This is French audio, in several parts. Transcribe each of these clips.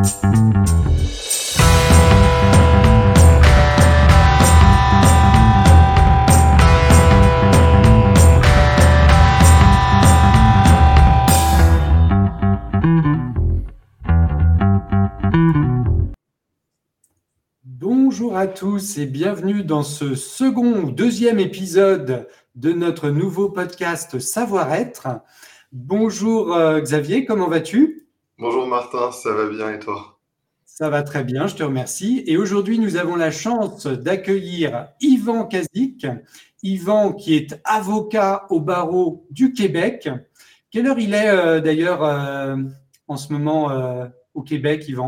Bonjour à tous et bienvenue dans ce deuxième épisode de notre nouveau podcast Savoir-être. Bonjour Xavier, comment vas-tu ? Bonjour Martin, ça va bien et toi ? Ça va très bien, je te remercie. Et aujourd'hui, nous avons la chance d'accueillir Yvan Kazik. Yvan qui est avocat au barreau du Québec. Quelle heure il est d'ailleurs en ce moment au Québec, Yvan ?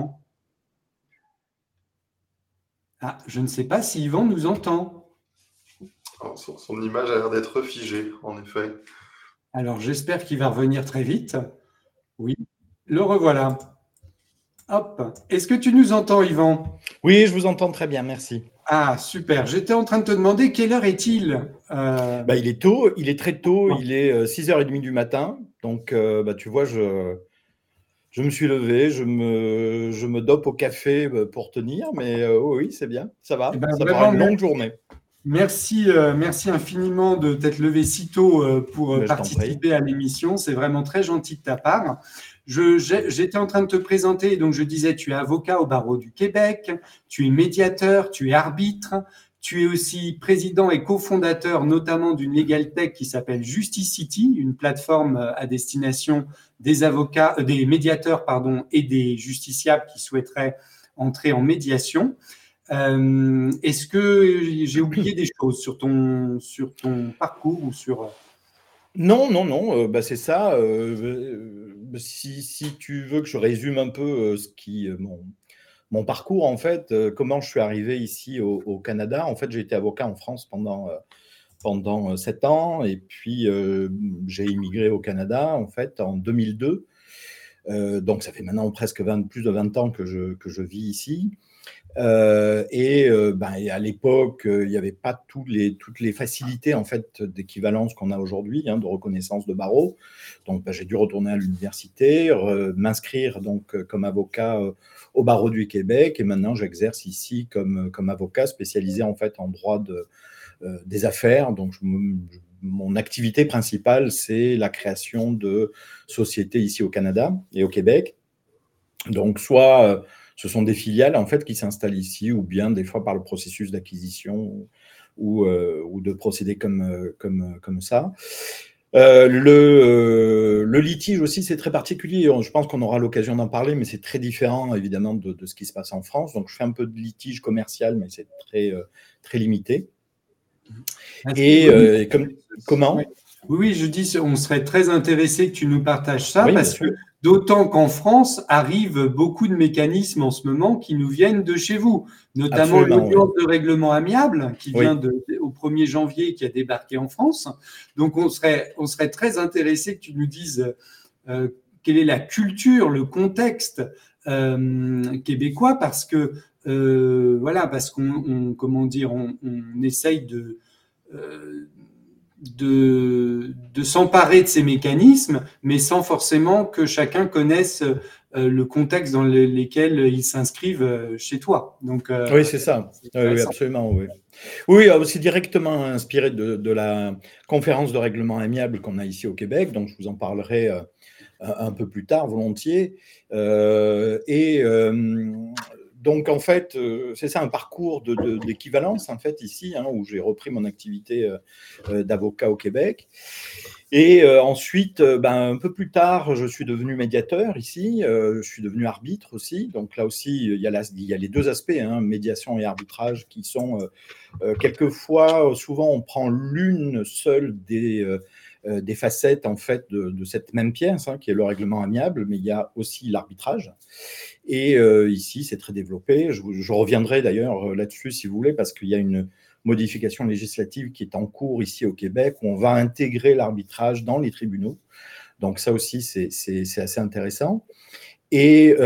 Ah, je ne sais pas si Yvan nous entend. Alors, son image a l'air d'être figée, en effet. Alors, j'espère qu'il va revenir très vite. Oui, le revoilà. Hop. Est-ce que tu nous entends, Yvan ? Oui, je vous entends très bien, merci. Ah, super. J'étais en train de te demander quelle heure est-il ? Il est tôt, il est très tôt, il est 6h30 du matin. Donc, tu vois, je me suis levé, je me dope au café pour tenir, mais oui, c'est bien, ça va. Ça fera une longue journée. Merci infiniment de t'être levé si tôt pour participer à l'émission. C'est vraiment très gentil de ta part. J'étais en train de te présenter, donc je disais, tu es avocat au barreau du Québec, tu es médiateur, tu es arbitre, tu es aussi président et cofondateur notamment d'une legal tech qui s'appelle Justicity, une plateforme à destination des avocats, des médiateurs et des justiciables qui souhaiteraient entrer en médiation. Est-ce que j'ai oublié des choses sur ton parcours ou sur… Non, c'est ça. Si tu veux que je résume un peu mon parcours, en fait, comment je suis arrivé ici au Canada. En fait, j'ai été avocat en France pendant 7 ans, et puis j'ai immigré au Canada, en fait, en 2002. Donc, ça fait maintenant presque plus de 20 ans que je vis ici. Et à l'époque, il n'y avait pas toutes les facilités en fait d'équivalence qu'on a aujourd'hui, de reconnaissance de barreau. Donc, j'ai dû retourner à l'université, m'inscrire donc comme avocat au barreau du Québec, et maintenant j'exerce ici comme avocat spécialisé en fait en droit des affaires. Donc, mon activité principale, c'est la création de sociétés ici au Canada et au Québec. Donc, soit ce sont des filiales en fait qui s'installent ici, ou bien des fois par le processus d'acquisition ou de procéder comme ça. Le litige aussi, c'est très particulier. Je pense qu'on aura l'occasion d'en parler, mais c'est très différent évidemment de ce qui se passe en France. Donc, je fais un peu de litige commercial, mais c'est très limité. Et comment ? Oui, je dis, on serait très intéressé que tu nous partages ça, parce que d'autant qu'en France arrivent beaucoup de mécanismes en ce moment qui nous viennent de chez vous, notamment l'audience de règlement amiable qui vient au 1er janvier, qui a débarqué en France. Donc, on serait très intéressé que tu nous dises quelle est la culture, le contexte québécois, parce que parce qu'on essaye de s'emparer de ces mécanismes, mais sans forcément que chacun connaisse le contexte dans lequel ils s'inscrivent chez toi. Donc, oui, c'est ça. Oui, absolument. Oui, c'est directement inspiré de la conférence de règlement amiable qu'on a ici au Québec, donc je vous en parlerai un peu plus tard, volontiers. Donc, en fait, c'est ça, un parcours d'équivalence, en fait, ici, où j'ai repris mon activité d'avocat au Québec. Et ensuite, un peu plus tard, je suis devenu médiateur ici, je suis devenu arbitre aussi. Donc là aussi, il y a les deux aspects, médiation et arbitrage, qui sont quelquefois, souvent, on prend l'une seule des facettes en fait de cette même pièce, qui est le règlement amiable, mais il y a aussi l'arbitrage. Et ici, c'est très développé. Je reviendrai d'ailleurs là-dessus si vous voulez, parce qu'il y a une modification législative qui est en cours ici au Québec, où on va intégrer l'arbitrage dans les tribunaux. Donc ça aussi, c'est assez intéressant. Et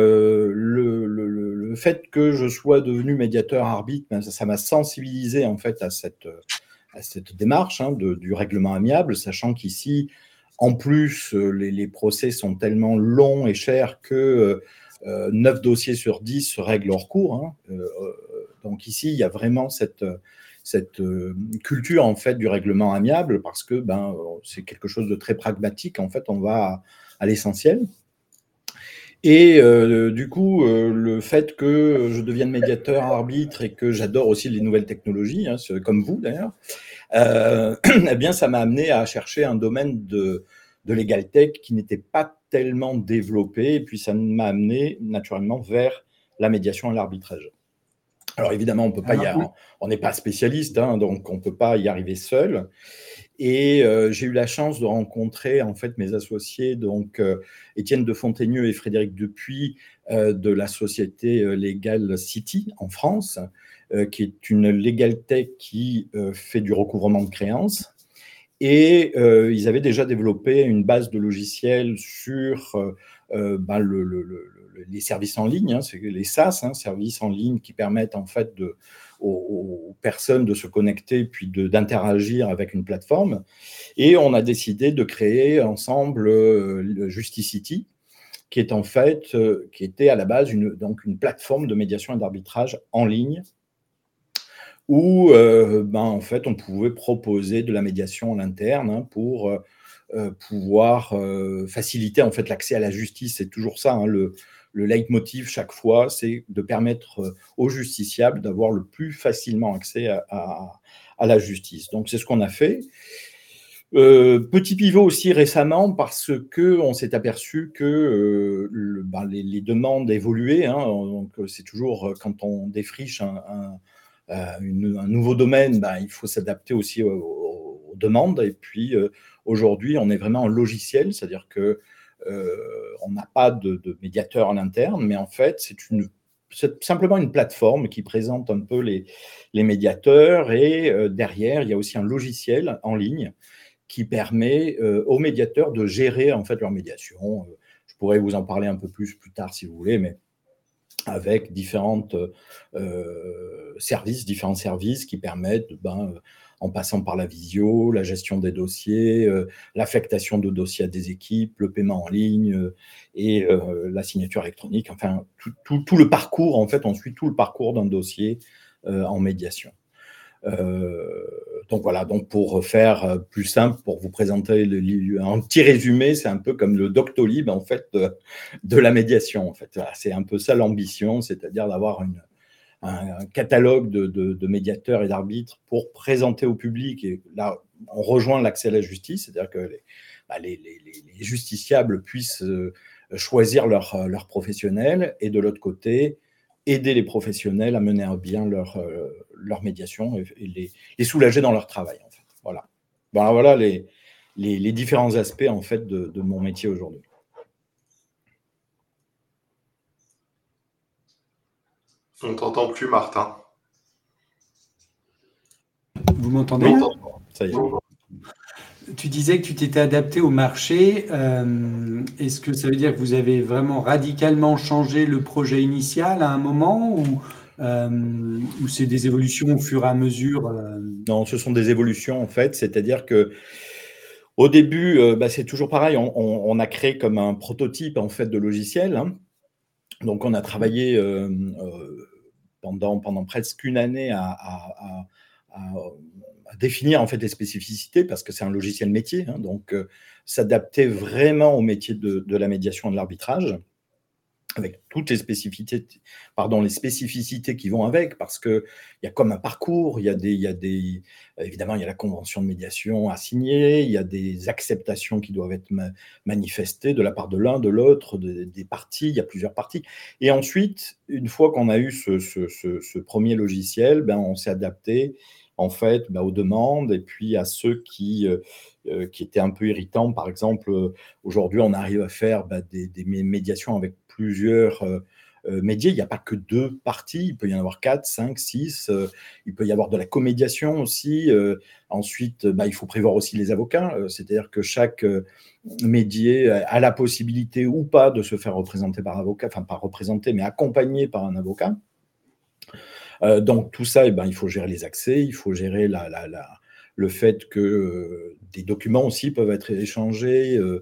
le fait que je sois devenu médiateur-arbitre, ça m'a sensibilisé en fait à cette démarche du règlement amiable, sachant qu'ici, en plus, les procès sont tellement longs et chers que 9 dossiers sur 10 se règlent hors cours. Hein. Donc ici, il y a vraiment cette culture en fait du règlement amiable parce que c'est quelque chose de très pragmatique. En fait, on va à l'essentiel. Et du coup, le fait que je devienne médiateur, arbitre et que j'adore aussi les nouvelles technologies, hein, comme vous d'ailleurs, eh bien, ça m'a amené à chercher un domaine de legal tech qui n'était pas tellement développé. Et puis, ça m'a amené naturellement vers la médiation et l'arbitrage. Alors évidemment, on n'est pas spécialiste, hein, donc on ne peut pas y arriver seul. Et j'ai eu la chance de rencontrer en fait mes associés, donc Étienne de Fontaigneux et Frédéric Dupuis de la société Legal City en France, qui est une legal tech qui fait du recouvrement de créances. Et ils avaient déjà développé une base de logiciels sur les services en ligne, hein, c'est les SaaS, hein, services en ligne qui permettent en fait aux personnes de se connecter puis d'interagir avec une plateforme. Et on a décidé de créer ensemble le Justicity, qui est en fait, qui était à la base une plateforme de médiation et d'arbitrage en ligne où en fait, on pouvait proposer de la médiation en interne, hein, pour pouvoir faciliter en fait l'accès à la justice. C'est toujours ça, hein, le leitmotiv chaque fois, c'est de permettre aux justiciables d'avoir le plus facilement accès à la justice. Donc, c'est ce qu'on a fait. Petit pivot aussi récemment parce qu'on s'est aperçu que les demandes évoluaient. Hein, donc, c'est toujours quand on défriche un nouveau domaine, il faut s'adapter aussi aux demandes. Et puis, aujourd'hui, on est vraiment en logiciel, c'est-à-dire que on n'a pas de médiateur en interne, mais en fait, c'est simplement une plateforme qui présente un peu les médiateurs. Et derrière, il y a aussi un logiciel en ligne qui permet aux médiateurs de gérer en fait leur médiation. Je pourrais vous en parler un peu plus tard si vous voulez, mais avec différents services qui permettent, en passant par la visio, la gestion des dossiers, l'affectation de dossiers à des équipes, le paiement en ligne et la signature électronique. Enfin, tout le parcours, en fait, on suit tout le parcours d'un dossier en médiation. Donc voilà, donc pour faire plus simple, pour vous présenter un petit résumé, c'est un peu comme le Doctolib en fait de la médiation. En fait, voilà, c'est un peu ça l'ambition, c'est-à-dire d'avoir un catalogue de médiateurs et d'arbitres pour présenter au public. Et là, on rejoint l'accès à la justice, c'est-à-dire que les justiciables puissent choisir leur professionnel, et de l'autre côté, aider les professionnels à mener à bien leur médiation et les soulager dans leur travail. En fait. Voilà les différents aspects en fait, de mon métier aujourd'hui. On ne t'entend plus, Martin. Vous m'entendez? Oui, ça y est. Tu disais que tu t'étais adapté au marché. Est-ce que ça veut dire que vous avez vraiment radicalement changé le projet initial à un moment ou c'est des évolutions au fur et à mesure? Non, ce sont des évolutions en fait. C'est-à-dire que au début, c'est toujours pareil. On a créé comme un prototype en fait de logiciel. Hein. Donc, on a travaillé pendant presque une année à définir en fait les spécificités parce que c'est un logiciel métier, hein, donc s'adapter vraiment au métier de la médiation et de l'arbitrage avec toutes les spécificités qui vont avec, parce qu'il y a comme un parcours, évidemment, il y a la convention de médiation à signer, il y a des acceptations qui doivent être manifestées de la part de l'un, de l'autre, des parties, il y a plusieurs parties. Et ensuite, une fois qu'on a eu ce premier logiciel, on s'est adapté en fait aux demandes et puis à ceux qui étaient un peu irritants. Par exemple, aujourd'hui, on arrive à faire des médiations avec plusieurs médias. Il n'y a pas que 2 parties, il peut y en avoir 4, 5, 6. Il peut y avoir de la comédiation aussi. Ensuite, il faut prévoir aussi les avocats. C'est-à-dire que chaque médié a la possibilité ou pas de se faire représenter par un avocat, enfin pas représenter, mais accompagné par un avocat. Donc tout ça, il faut gérer les accès, il faut gérer le fait que des documents aussi peuvent être échangés.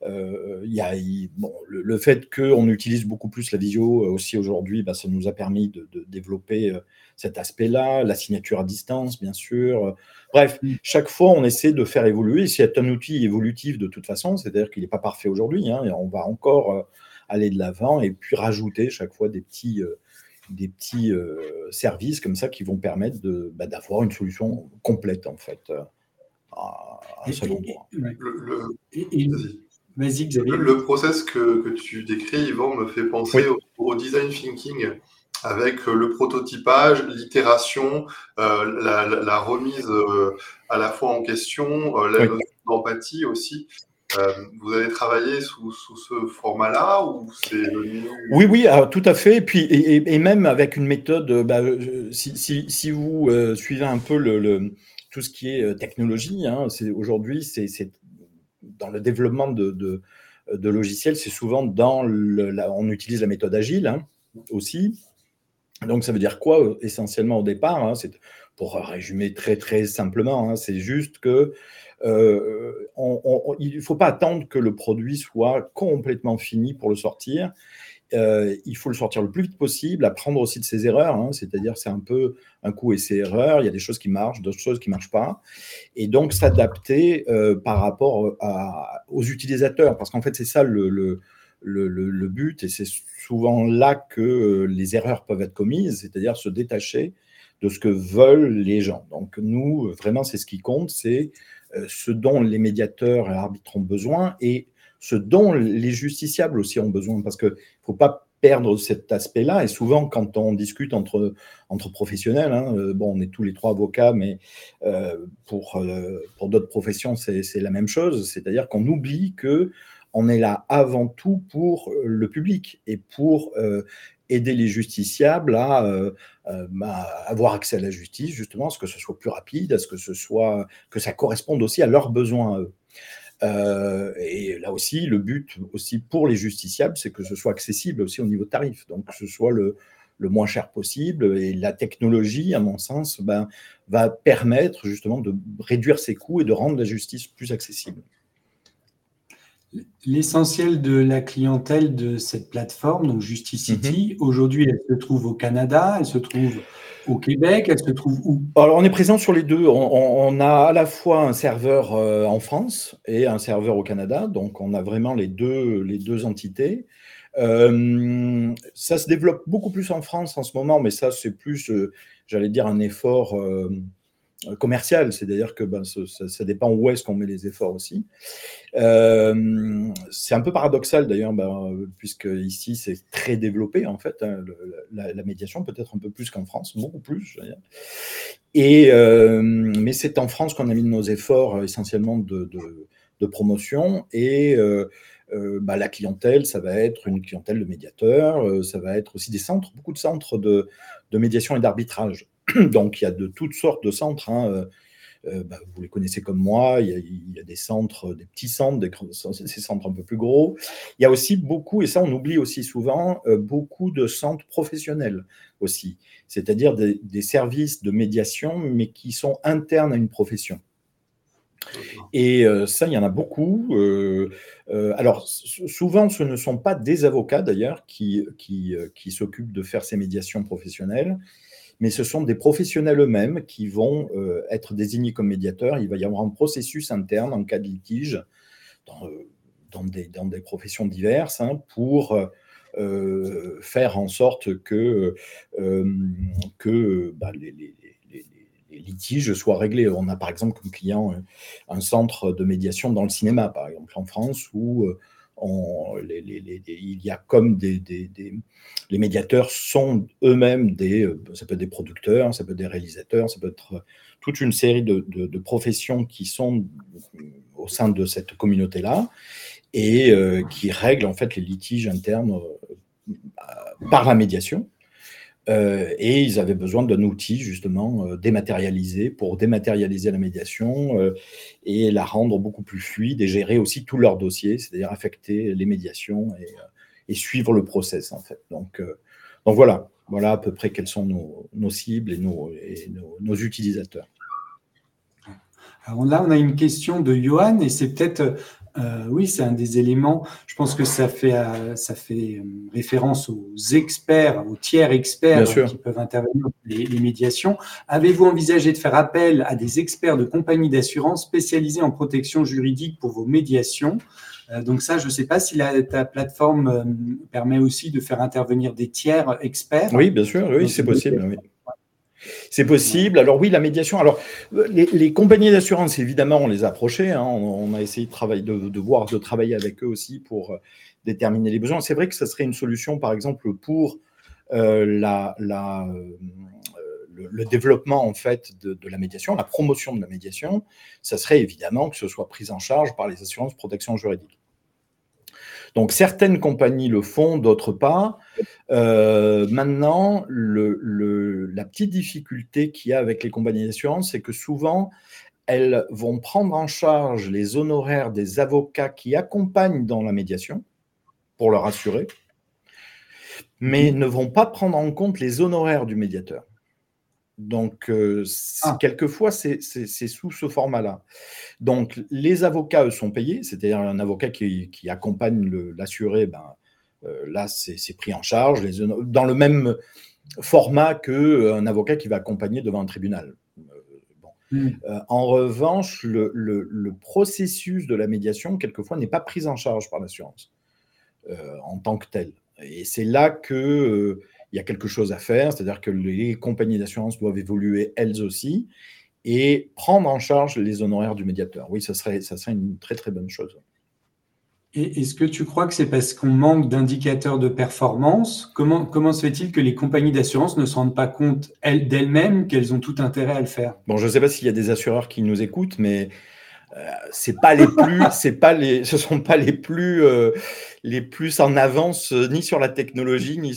le fait qu'on utilise beaucoup plus la visio aussi aujourd'hui, ça nous a permis de développer cet aspect-là, la signature à distance, bien sûr. Bref, chaque fois, on essaie de faire évoluer. C'est un outil évolutif de toute façon, c'est-à-dire qu'il n'est pas parfait aujourd'hui, et on va encore aller de l'avant et puis rajouter chaque fois des petits services comme ça qui vont permettre d'avoir une solution complète, en fait, à ce endroit. Vas-y, Xavier. Le process que tu décris, Yvan, me fait penser au design thinking, avec le prototypage, l'itération, la remise à la fois en question, la notion d'empathie aussi. Vous avez travaillé sous ce format-là ou c'est venu... Oui, tout à fait. Et même avec une méthode, si vous suivez un peu tout ce qui est technologie, aujourd'hui, c'est dans le développement de logiciels, c'est souvent on utilise la méthode agile aussi. Donc, ça veut dire quoi essentiellement au départ, c'est, pour résumer très, très simplement, c'est juste que il ne faut pas attendre que le produit soit complètement fini pour le sortir. Il faut le sortir le plus vite possible, apprendre aussi de ses erreurs, c'est-à-dire c'est un peu un coup essai-erreur, il y a des choses qui marchent, d'autres choses qui ne marchent pas, et donc s'adapter par rapport aux utilisateurs, parce qu'en fait c'est ça le but, et c'est souvent là que les erreurs peuvent être commises, c'est-à-dire se détacher de ce que veulent les gens. Donc nous, vraiment, c'est ce qui compte, c'est ce dont les médiateurs et arbitres ont besoin et ce dont les justiciables aussi ont besoin, parce qu'il ne faut pas perdre cet aspect-là. Et souvent, quand on discute entre professionnels, on est tous les trois avocats, mais pour d'autres professions, c'est la même chose. C'est-à-dire qu'on oublie qu'on est là avant tout pour le public et pour aider les justiciables à avoir accès à la justice, justement, à ce que ce soit plus rapide, à ce que ça corresponde aussi à leurs besoins à eux. Et là aussi, le but aussi pour les justiciables, c'est que ce soit accessible aussi au niveau tarif, donc que ce soit le moins cher possible. Et la technologie, à mon sens, va permettre justement de réduire ses coûts et de rendre la justice plus accessible. L'essentiel de la clientèle de cette plateforme, donc Justicity, aujourd'hui, elle se trouve au Canada, elle se trouve au Québec, elle se trouve où? Alors, on est présent sur les deux. On a à la fois un serveur en France et un serveur au Canada, donc on a vraiment les deux entités. Ça se développe beaucoup plus en France en ce moment, mais ça, c'est plus, j'allais dire, un effort commercial, c'est-à-dire que ça dépend où est-ce qu'on met les efforts aussi. C'est un peu paradoxal d'ailleurs, puisque ici c'est très développé en fait, la médiation, peut-être un peu plus qu'en France, beaucoup plus, je veux dire. Mais c'est en France qu'on a mis nos efforts essentiellement de promotion et la clientèle, ça va être une clientèle de médiateurs, ça va être aussi des centres, beaucoup de centres de médiation et d'arbitrage. Donc, il y a de toutes sortes de centres. Vous les connaissez comme moi. Il y a des centres, des petits centres, ces centres un peu plus gros. Il y a aussi beaucoup, et ça on oublie aussi souvent, beaucoup de centres professionnels aussi. C'est-à-dire des services de médiation, mais qui sont internes à une profession. Et ça, il y en a beaucoup. Alors, souvent, ce ne sont pas des avocats, d'ailleurs, qui s'occupent de faire ces médiations professionnelles, mais ce sont des professionnels eux-mêmes qui vont être désignés comme médiateurs. Il va y avoir un processus interne en cas de litige dans des professions diverses pour faire en sorte que les litiges soient réglés. On a par exemple comme client un centre de médiation dans le cinéma, par exemple en France, où il y a comme les médiateurs sont eux-mêmes ça peut être des producteurs, ça peut être des réalisateurs, ça peut être toute une série de professions qui sont au sein de cette communauté-là et qui règlent en fait les litiges internes par la médiation. Et ils avaient besoin d'un outil justement dématérialisé pour dématérialiser la médiation et la rendre beaucoup plus fluide et gérer aussi tous leurs dossiers, c'est-à-dire affecter les médiations et suivre le process en fait. Donc voilà à peu près quelles sont nos cibles et nos utilisateurs. Alors là, on a une question de Johan et c'est peut-être Oui, c'est un des éléments. Je pense que ça fait référence aux experts, aux tiers experts qui peuvent intervenir dans les médiations. Avez-vous envisagé de faire appel à des experts de compagnies d'assurance spécialisés en protection juridique pour vos médiations? Donc ça, je ne sais pas si ta plateforme permet aussi de faire intervenir des tiers experts. Oui, bien sûr, oui, c'est possible. Oui. C'est possible. Alors oui, la médiation. Alors les compagnies d'assurance, évidemment, on les a approchées. Hein. On a essayé de travailler avec eux aussi pour déterminer les besoins. C'est vrai que ça serait une solution, par exemple, pour le développement en fait de la médiation, la promotion de la médiation. Ça serait évidemment que ce soit pris en charge par les assurances protection juridique. Donc, certaines compagnies le font, d'autres pas. Maintenant, la petite difficulté qu'il y a avec les compagnies d'assurance, c'est que souvent, elles vont prendre en charge les honoraires des avocats qui accompagnent dans la médiation, pour leur assurer, mais ne vont pas prendre en compte les honoraires du médiateur. Donc, quelquefois, c'est sous ce format-là. Donc, les avocats, eux, sont payés, c'est-à-dire un avocat qui accompagne l'assuré, là, c'est pris en charge, dans le même format qu'un avocat qui va accompagner devant un tribunal. En revanche, le processus de la médiation, quelquefois, n'est pas pris en charge par l'assurance en tant que tel. Et c'est là que... il y a quelque chose à faire, c'est-à-dire que les compagnies d'assurance doivent évoluer elles aussi et prendre en charge les honoraires du médiateur. Oui, ça serait une très, très bonne chose. Et est-ce que tu crois que c'est parce qu'on manque d'indicateurs de performance? Comment se fait-il que les compagnies d'assurance ne se rendent pas compte d'elles-mêmes qu'elles ont tout intérêt à le faire? Bon, je ne sais pas s'il y a des assureurs qui nous écoutent, mais ce sont pas les plus en avance ni sur la technologie ni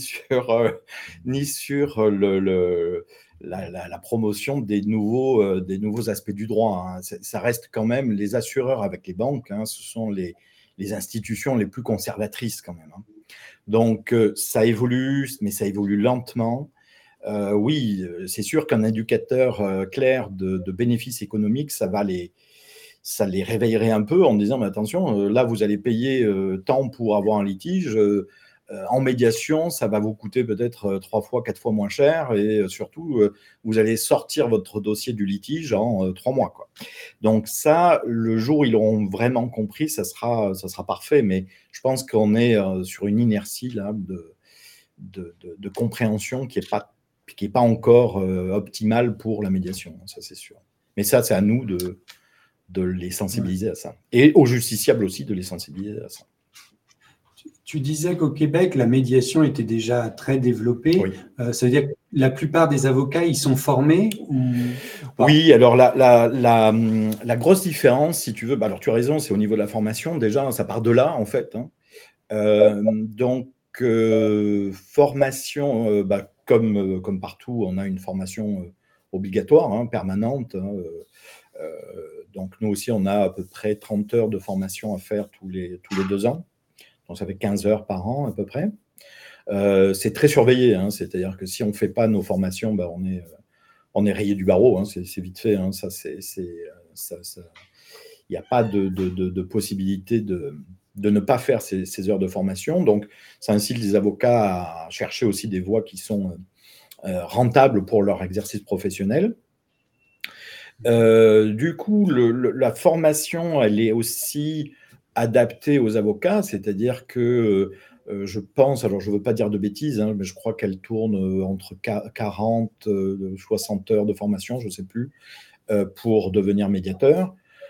sur la promotion des nouveaux aspects du droit. Hein. Ça reste quand même les assureurs avec les banques. Hein, ce sont les institutions les plus conservatrices quand même. Hein. Donc ça évolue, mais ça évolue lentement. Oui, c'est sûr qu'un indicateur clair de bénéfices économiques, ça les réveillerait un peu en disant mais attention, là vous allez payer tant pour avoir un litige, en médiation ça va vous coûter peut-être 3 fois, 4 fois moins cher et surtout vous allez sortir votre dossier du litige en 3 mois. Quoi. Donc ça, le jour où ils l'auront vraiment compris, ça sera parfait, mais je pense qu'on est sur une inertie là, de compréhension qui est pas encore optimale pour la médiation, ça c'est sûr. Mais ça, c'est à nous de les sensibiliser à ça. Et aux justiciables aussi de les sensibiliser à ça. Tu disais qu'au Québec, la médiation était déjà très développée. Oui. Ça veut dire que la plupart des avocats, ils sont formés ou Oui, alors la grosse différence, si tu veux, alors tu as raison, c'est au niveau de la formation. Déjà, ça part de là, en fait. Hein. Donc, formation, comme partout, on a une formation obligatoire, hein, permanente. Hein, donc, nous aussi, on a à peu près 30 heures de formation à faire tous les 2 ans. Donc, ça fait 15 heures par an à peu près. C'est très surveillé. Hein, c'est-à-dire que si on ne fait pas nos formations, on est rayé du barreau. Hein, c'est vite fait. Hein, il n'y a pas de possibilité de ne pas faire ces heures de formation. Donc, ça incite les avocats à chercher aussi des voies qui sont rentables pour leur exercice professionnel. Du coup, la formation, elle est aussi adaptée aux avocats, c'est-à-dire que je pense, alors je ne veux pas dire de bêtises, hein, mais je crois qu'elle tourne entre 40, 60 heures de formation, je ne sais plus, pour devenir médiateur.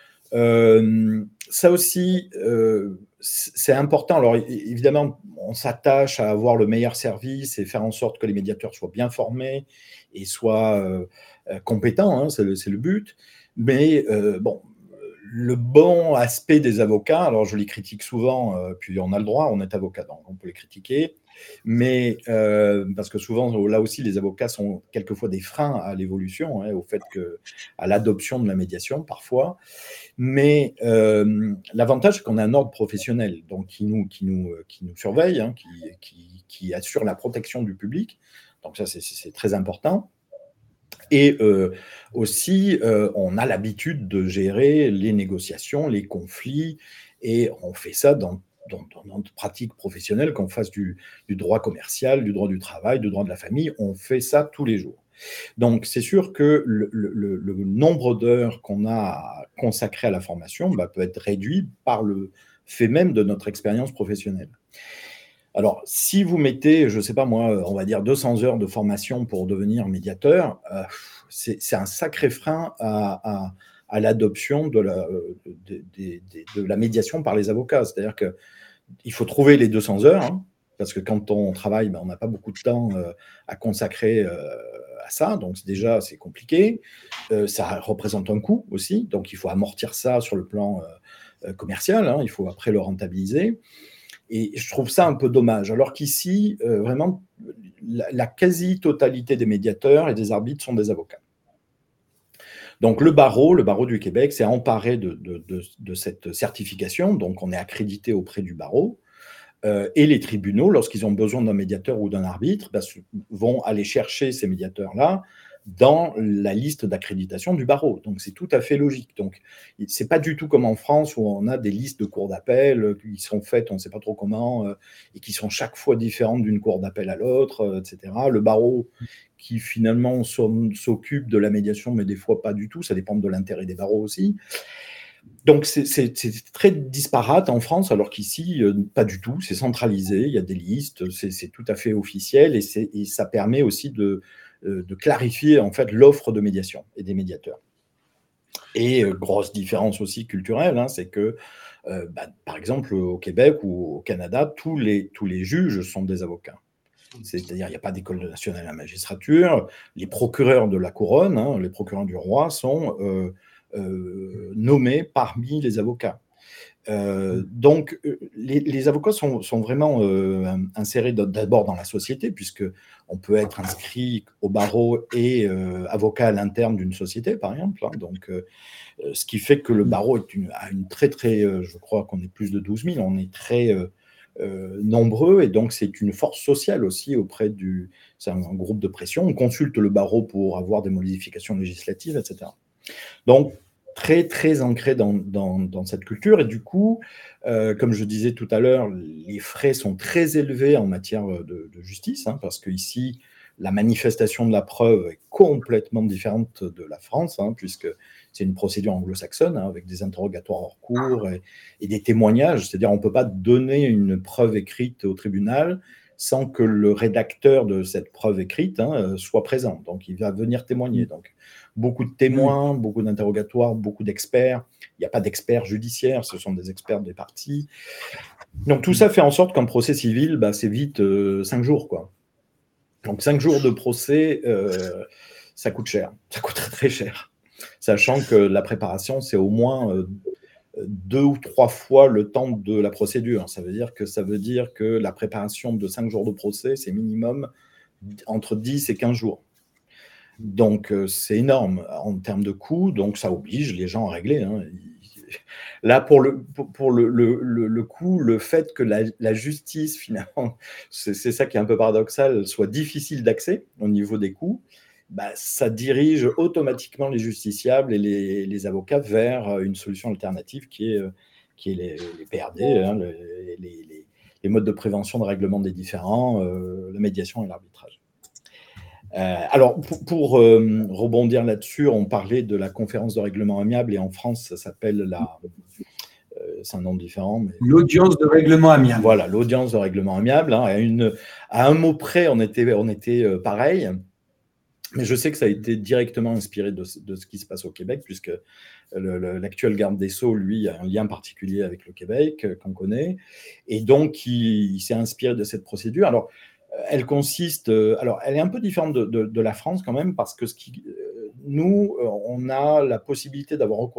Ça aussi, c'est important. Alors évidemment, on s'attache à avoir le meilleur service et faire en sorte que les médiateurs soient bien formés et soient compétents, hein, c'est le but. Mais le bon aspect des avocats, alors je les critique souvent, puis on a le droit, on est avocat, donc on peut les critiquer, mais parce que souvent, là aussi, les avocats sont quelquefois des freins à l'évolution, hein, au fait à l'adoption de la médiation parfois. Mais l'avantage, c'est qu'on a un ordre professionnel donc qui nous surveille, hein, qui assure la protection du public. Donc ça, c'est très important. Et aussi, on a l'habitude de gérer les négociations, les conflits Et on fait ça dans notre pratique professionnelle, qu'on fasse du droit commercial, du droit du travail, du droit de la famille, on fait ça tous les jours. Donc, c'est sûr que le nombre d'heures qu'on a consacrées à la formation peut être réduit par le fait même de notre expérience professionnelle. Alors, si vous mettez, je ne sais pas moi, on va dire 200 heures de formation pour devenir médiateur, c'est un sacré frein à l'adoption de la médiation par les avocats. C'est-à-dire qu'il faut trouver les 200 heures, hein, parce que quand on travaille, on n'a pas beaucoup de temps à consacrer à ça, donc déjà c'est compliqué. Ça représente un coût aussi, donc il faut amortir ça sur le plan commercial, hein, il faut après le rentabiliser. Et je trouve ça un peu dommage, alors qu'ici, vraiment, la quasi-totalité des médiateurs et des arbitres sont des avocats. Donc le barreau du Québec s'est emparé de cette certification, donc on est accrédité auprès du barreau, et les tribunaux, lorsqu'ils ont besoin d'un médiateur ou d'un arbitre, vont aller chercher ces médiateurs-là dans la liste d'accréditation du barreau. Donc, c'est tout à fait logique. Donc, ce n'est pas du tout comme en France où on a des listes de cours d'appel qui sont faites, on ne sait pas trop comment, et qui sont chaque fois différentes d'une cour d'appel à l'autre, etc. Le barreau qui, finalement, s'occupe de la médiation, mais des fois pas du tout. Ça dépend de l'intérêt des barreaux aussi. Donc, c'est très disparate en France, alors qu'ici, pas du tout. C'est centralisé, il y a des listes, c'est tout à fait officiel, et ça permet aussi de clarifier en fait l'offre de médiation et des médiateurs. Et grosse différence aussi culturelle, hein, c'est que par exemple au Québec ou au Canada, tous les juges sont des avocats. C'est-à-dire il n'y a pas d'école nationale à la magistrature, les procureurs de la couronne, hein, les procureurs du roi sont nommés parmi les avocats. Donc, les avocats sont vraiment insérés d'abord dans la société, puisqu'on peut être inscrit au barreau et avocat à l'interne d'une société, par exemple. Hein, donc, ce qui fait que le barreau a une très, très, je crois qu'on est plus de 12 000, on est très nombreux, et donc c'est une force sociale aussi c'est un groupe de pression. On consulte le barreau pour avoir des modifications législatives, etc. Donc, très, très ancré dans cette culture. Et du coup, comme je disais tout à l'heure, les frais sont très élevés en matière de justice, hein, parce qu'ici, la manifestation de la preuve est complètement différente de la France, hein, puisque c'est une procédure anglo-saxonne, hein, avec des interrogatoires hors cours et des témoignages. C'est-à-dire on ne peut pas donner une preuve écrite au tribunal sans que le rédacteur de cette preuve écrite soit présent. Donc, il va venir témoigner. Donc, beaucoup de témoins, beaucoup d'interrogatoires, beaucoup d'experts. Il n'y a pas d'experts judiciaires, ce sont des experts des parties. Donc, tout ça fait en sorte qu'un procès civil, c'est vite 5 jours, quoi. Donc, 5 jours de procès, ça coûte cher. Ça coûte très, très cher. Sachant que la préparation, c'est au moins 2 ou 3 fois le temps de la procédure. Ça veut dire que la préparation de 5 jours de procès, c'est minimum entre 10 et 15 jours. Donc, c'est énorme en termes de coûts, donc ça oblige les gens à régler. Hein. Là, pour le coup, le fait que la justice, finalement, c'est ça qui est un peu paradoxal, soit difficile d'accès au niveau des coûts, ça dirige automatiquement les justiciables et les avocats vers une solution alternative qui est les PRD, hein, les modes de prévention de règlement des différends, la médiation et l'arbitrage. Alors, pour rebondir là-dessus, on parlait de la conférence de règlement amiable, et en France, ça s'appelle c'est un nom différent. Mais... l'audience de règlement amiable. Voilà, l'audience de règlement amiable. Hein, à un mot près, on était pareil. Mais je sais que ça a été directement inspiré de ce qui se passe au Québec, puisque l'actuel garde des Sceaux, lui, a un lien particulier avec le Québec, qu'on connaît. Et donc, il s'est inspiré de cette procédure. Alors, elle consiste... alors, elle est un peu différente de la France quand même, parce que nous, on a la possibilité d'avoir recours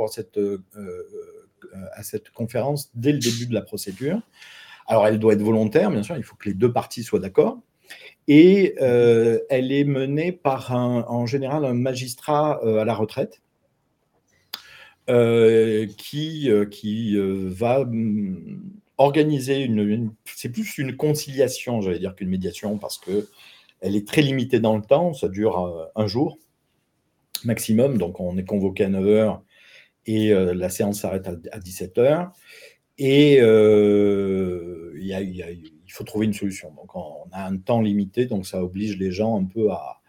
à cette conférence dès le début de la procédure. Alors, elle doit être volontaire, bien sûr, il faut que les deux parties soient d'accord. Et elle est menée par en général un magistrat à la retraite qui va organiser c'est plus une conciliation, j'allais dire, qu'une médiation, parce qu'elle est très limitée dans le temps, ça dure un jour maximum, donc on est convoqué à 9h et la séance s'arrête à 17h. Et il faut trouver une solution. Donc, on a un temps limité, donc ça oblige les gens un peu à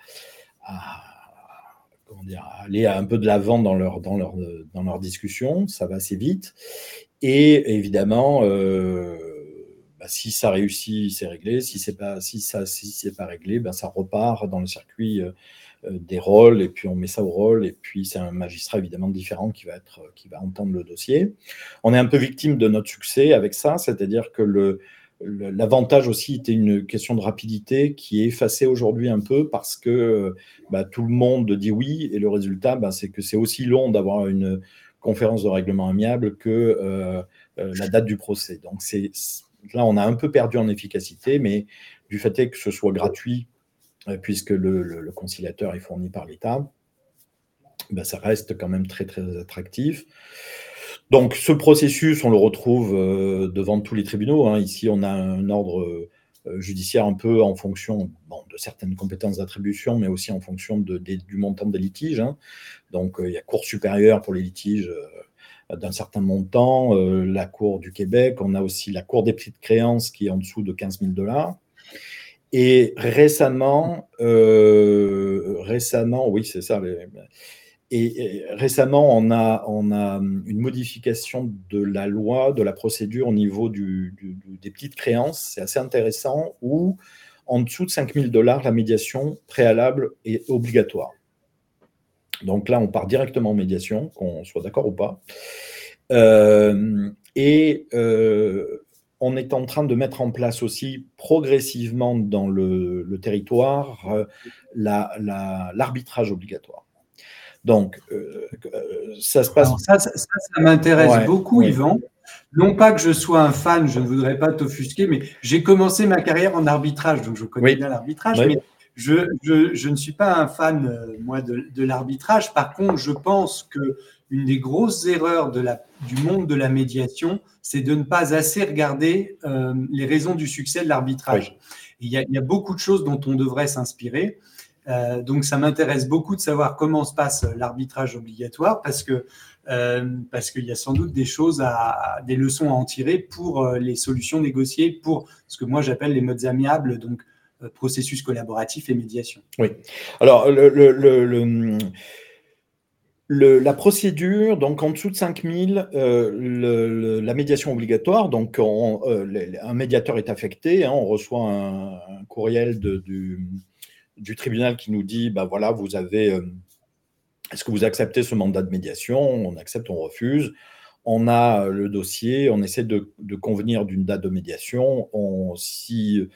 aller un peu de l'avant dans leur discussion. Ça va assez vite. Et évidemment, si ça réussit, c'est réglé. Si c'est pas réglé, ça repart dans le circuit des rôles, et puis on met ça au rôle, et puis c'est un magistrat évidemment différent qui va entendre le dossier. On est un peu victime de notre succès avec ça, c'est-à-dire que l'avantage aussi était une question de rapidité qui est effacée aujourd'hui un peu parce que tout le monde dit oui, et le résultat, c'est que c'est aussi long d'avoir une conférence de règlement amiable que la date du procès. Donc là, on a un peu perdu en efficacité, mais du fait que ce soit gratuit, puisque le conciliateur est fourni par l'État, ça reste quand même très, très attractif. Donc, ce processus, on le retrouve devant tous les tribunaux. Hein. Ici, on a un ordre judiciaire un peu en fonction de certaines compétences d'attribution, mais aussi en fonction du montant des litiges. Hein. Donc, il y a Cour supérieure pour les litiges d'un certain montant, la Cour du Québec, on a aussi la Cour des petites créances qui est en dessous de 15 000 $. Et récemment, oui, c'est ça. Et récemment, on a une modification de la loi, de la procédure au niveau des petites créances. C'est assez intéressant, où en dessous de 5 000 $, la médiation préalable est obligatoire. Donc là, on part directement en médiation, qu'on soit d'accord ou pas. On est en train de mettre en place aussi progressivement dans le territoire l'arbitrage obligatoire. Donc, ça se passe... Alors ça m'intéresse beaucoup, Yvan. Non pas que je sois un fan, je ne voudrais pas t'offusquer, mais j'ai commencé ma carrière en arbitrage, donc je connais bien l'arbitrage, mais je ne suis pas un fan, moi, de l'arbitrage. Par contre, je pense qu'une des grosses erreurs du monde de la médiation, c'est de ne pas assez regarder les raisons du succès de l'arbitrage. Il y a beaucoup de choses dont on devrait s'inspirer. Donc, ça m'intéresse beaucoup de savoir comment se passe l'arbitrage obligatoire, parce qu'il y a sans doute des leçons à en tirer pour les solutions négociées, pour ce que moi j'appelle les modes amiables, donc processus collaboratif et médiation. Oui. Alors, la procédure, donc en dessous de 5 000, la médiation obligatoire, donc un médiateur est affecté, hein, on reçoit un courriel du tribunal qui nous dit, voilà, vous avez, est-ce que vous acceptez ce mandat de médiation? On accepte, on refuse. On a le dossier, on essaie de convenir d'une date de médiation. Si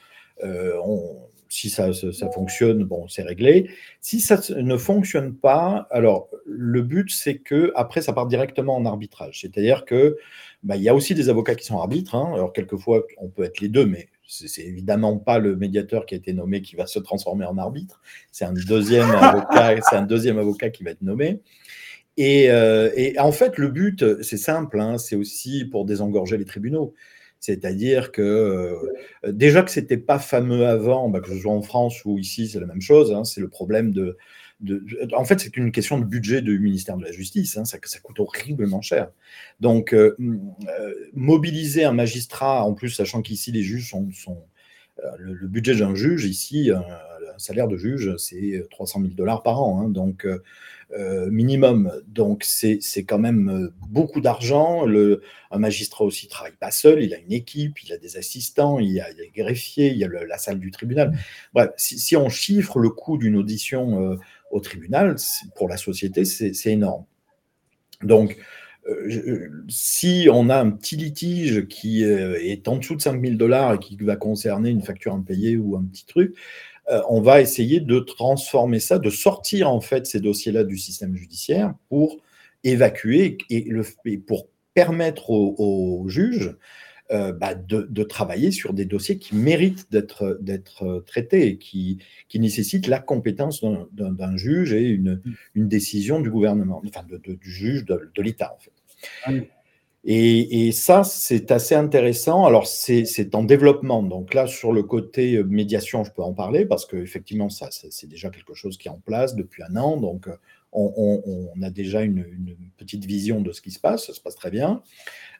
ça fonctionne, c'est réglé. Si ça ne fonctionne pas, alors le but, c'est que après ça part directement en arbitrage. C'est-à-dire que il y a aussi des avocats qui sont arbitres. Hein. Alors quelquefois, on peut être les deux, mais c'est évidemment pas le médiateur qui a été nommé qui va se transformer en arbitre. C'est un deuxième avocat qui va être nommé. Et en fait, le but, c'est simple, hein, c'est aussi pour désengorger les tribunaux. C'est-à-dire que déjà que ce n'était pas fameux avant, que ce soit en France ou ici, c'est la même chose. Hein, c'est le problème en fait, c'est une question de budget du ministère de la Justice. Hein, ça coûte horriblement cher. Donc, mobiliser un magistrat, en plus, sachant qu'ici, les juges sont le budget d'un juge, ici, un salaire de juge, c'est 300 000 $ par an. Hein, donc, minimum. Donc, c'est quand même beaucoup d'argent. Un magistrat aussi ne travaille pas seul, il a une équipe, il a des assistants, il y a des greffiers, il y a la salle du tribunal. Bref, si on chiffre le coût d'une audition au tribunal, pour la société, c'est énorme. Donc, si on a un petit litige qui est en dessous de 5 000 $ et qui va concerner une facture impayée ou un petit truc, on va essayer de transformer ça, de sortir en fait ces dossiers-là du système judiciaire pour évacuer et pour permettre aux juges de travailler sur des dossiers qui méritent d'être traités et qui nécessitent la compétence d'un juge et une décision du gouvernement, enfin du juge de l'État en fait. Oui. Et ça, c'est assez intéressant. Alors, c'est en développement. Donc là, sur le côté médiation, je peux en parler parce qu'effectivement, ça, c'est déjà quelque chose qui est en place depuis 1 an. Donc, on a déjà une petite vision de ce qui se passe. Ça se passe très bien.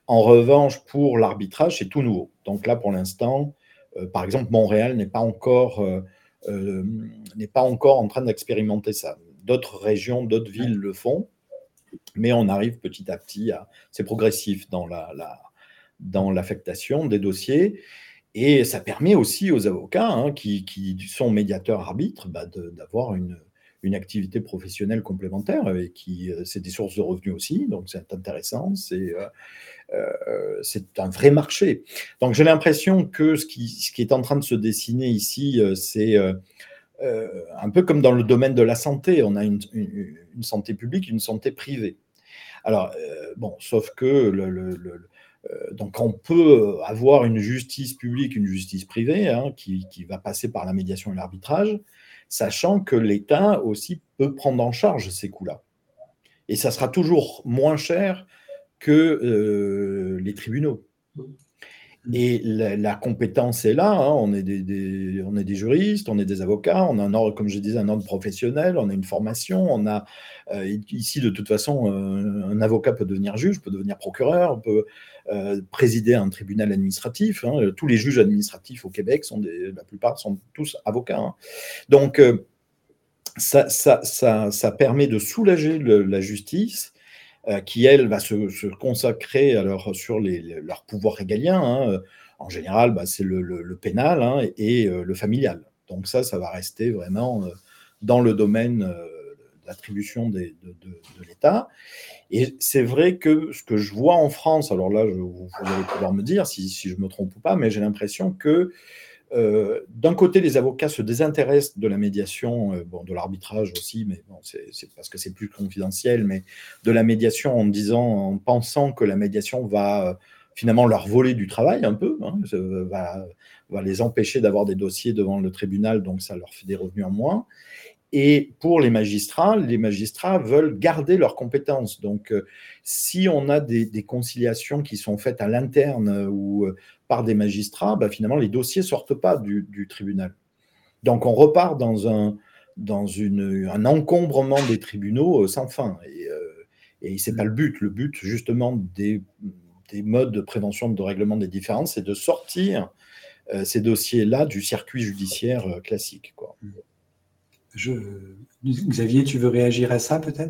En revanche, pour l'arbitrage, c'est tout nouveau. Donc là, pour l'instant, par exemple, Montréal n'est pas encore en train d'expérimenter ça. D'autres régions, d'autres villes le font, mais on arrive petit à petit c'est progressif dans l'affectation des dossiers. Et ça permet aussi aux avocats qui sont médiateurs arbitres d'avoir une activité professionnelle complémentaire et c'est des sources de revenus aussi, donc c'est intéressant, c'est un vrai marché. Donc j'ai l'impression que ce qui est en train de se dessiner ici, c'est un peu comme dans le domaine de la santé, on a une santé publique, une santé privée. Alors, sauf que donc on peut avoir une justice publique, une justice privée qui va passer par la médiation et l'arbitrage, sachant que l'État aussi peut prendre en charge ces coûts-là. Et ça sera toujours moins cher que les tribunaux. Et la compétence est là, on est des juristes, on est des avocats, on a un ordre, comme je disais, un ordre professionnel, on a une formation, on a ici de toute façon un avocat peut devenir juge, peut devenir procureur, peut présider un tribunal administratif. Tous les juges administratifs au Québec la plupart sont tous avocats. Donc ça permet de soulager la justice. Qui, elle, va se consacrer alors sur leurs pouvoirs régaliens. En général, c'est le pénal et le familial. Donc ça va rester vraiment dans le domaine d'attribution de l'État. Et c'est vrai que ce que je vois en France, alors là, vous allez pouvoir me dire si je me trompe ou pas, mais j'ai l'impression que d'un côté, les avocats se désintéressent de la médiation, de l'arbitrage aussi, mais c'est parce que c'est plus confidentiel, mais de la médiation en pensant que la médiation va finalement leur voler du travail un peu, va les empêcher d'avoir des dossiers devant le tribunal, donc ça leur fait des revenus en moins. Et pour les magistrats veulent garder leurs compétences. Donc, si on a des conciliations qui sont faites à l'interne ou par des magistrats, finalement, les dossiers ne sortent pas du tribunal. Donc, on repart dans un encombrement des tribunaux sans fin. Et ce n'est pas le but. Le but, justement, des modes de prévention, de règlement des différends, c'est de sortir ces dossiers-là du circuit judiciaire classique, quoi. Xavier, tu veux réagir à ça peut-être ?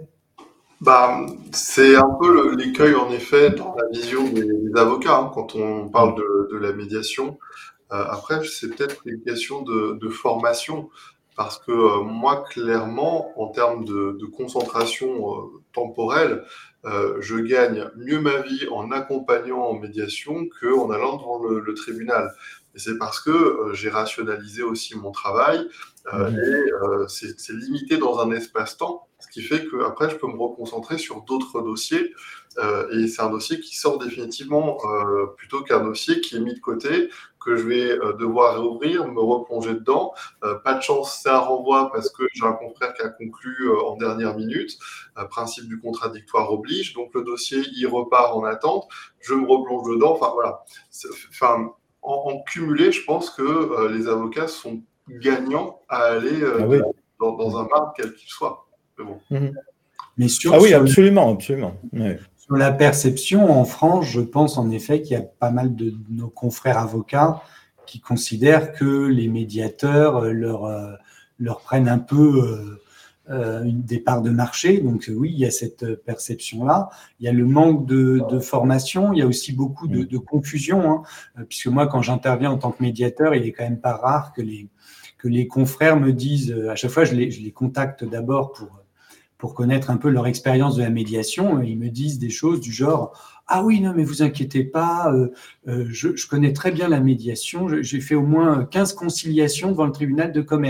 C'est un peu l'écueil en effet dans la vision des avocats quand on parle de la médiation. Après, c'est peut-être une question de formation parce que moi, clairement, en termes de concentration temporelle, je gagne mieux ma vie en accompagnant en médiation qu'en allant devant le tribunal. Et c'est parce que j'ai rationalisé aussi mon travail et c'est limité dans un espace-temps, ce qui fait qu'après, je peux me reconcentrer sur d'autres dossiers. Et c'est un dossier qui sort définitivement plutôt qu'un dossier qui est mis de côté, que je vais devoir réouvrir, me replonger dedans. Pas de chance, c'est un renvoi parce que j'ai un confrère qui a conclu en dernière minute. Principe du contradictoire oblige. Donc, le dossier, il repart en attente. Je me replonge dedans. Enfin, voilà. En cumulé, je pense que les avocats sont gagnants à aller dans un marbre quel qu'il soit. Mais bon. Mais absolument. Ouais. Sur la perception, en France, je pense en effet qu'il y a pas mal de nos confrères avocats qui considèrent que les médiateurs leur prennent un peu des parts de marché. Donc oui, il y a cette perception-là. Il y a le manque de formation. Il y a aussi beaucoup de confusion, puisque moi, quand j'interviens en tant que médiateur, il est quand même pas rare que les confrères me disent, à chaque fois, je les contacte d'abord pour connaître un peu leur expérience de la médiation. Ils me disent des choses du genre « Ah oui, non, mais vous inquiétez pas, je connais très bien la médiation, j'ai fait au moins 15 conciliations devant le tribunal de commerce. »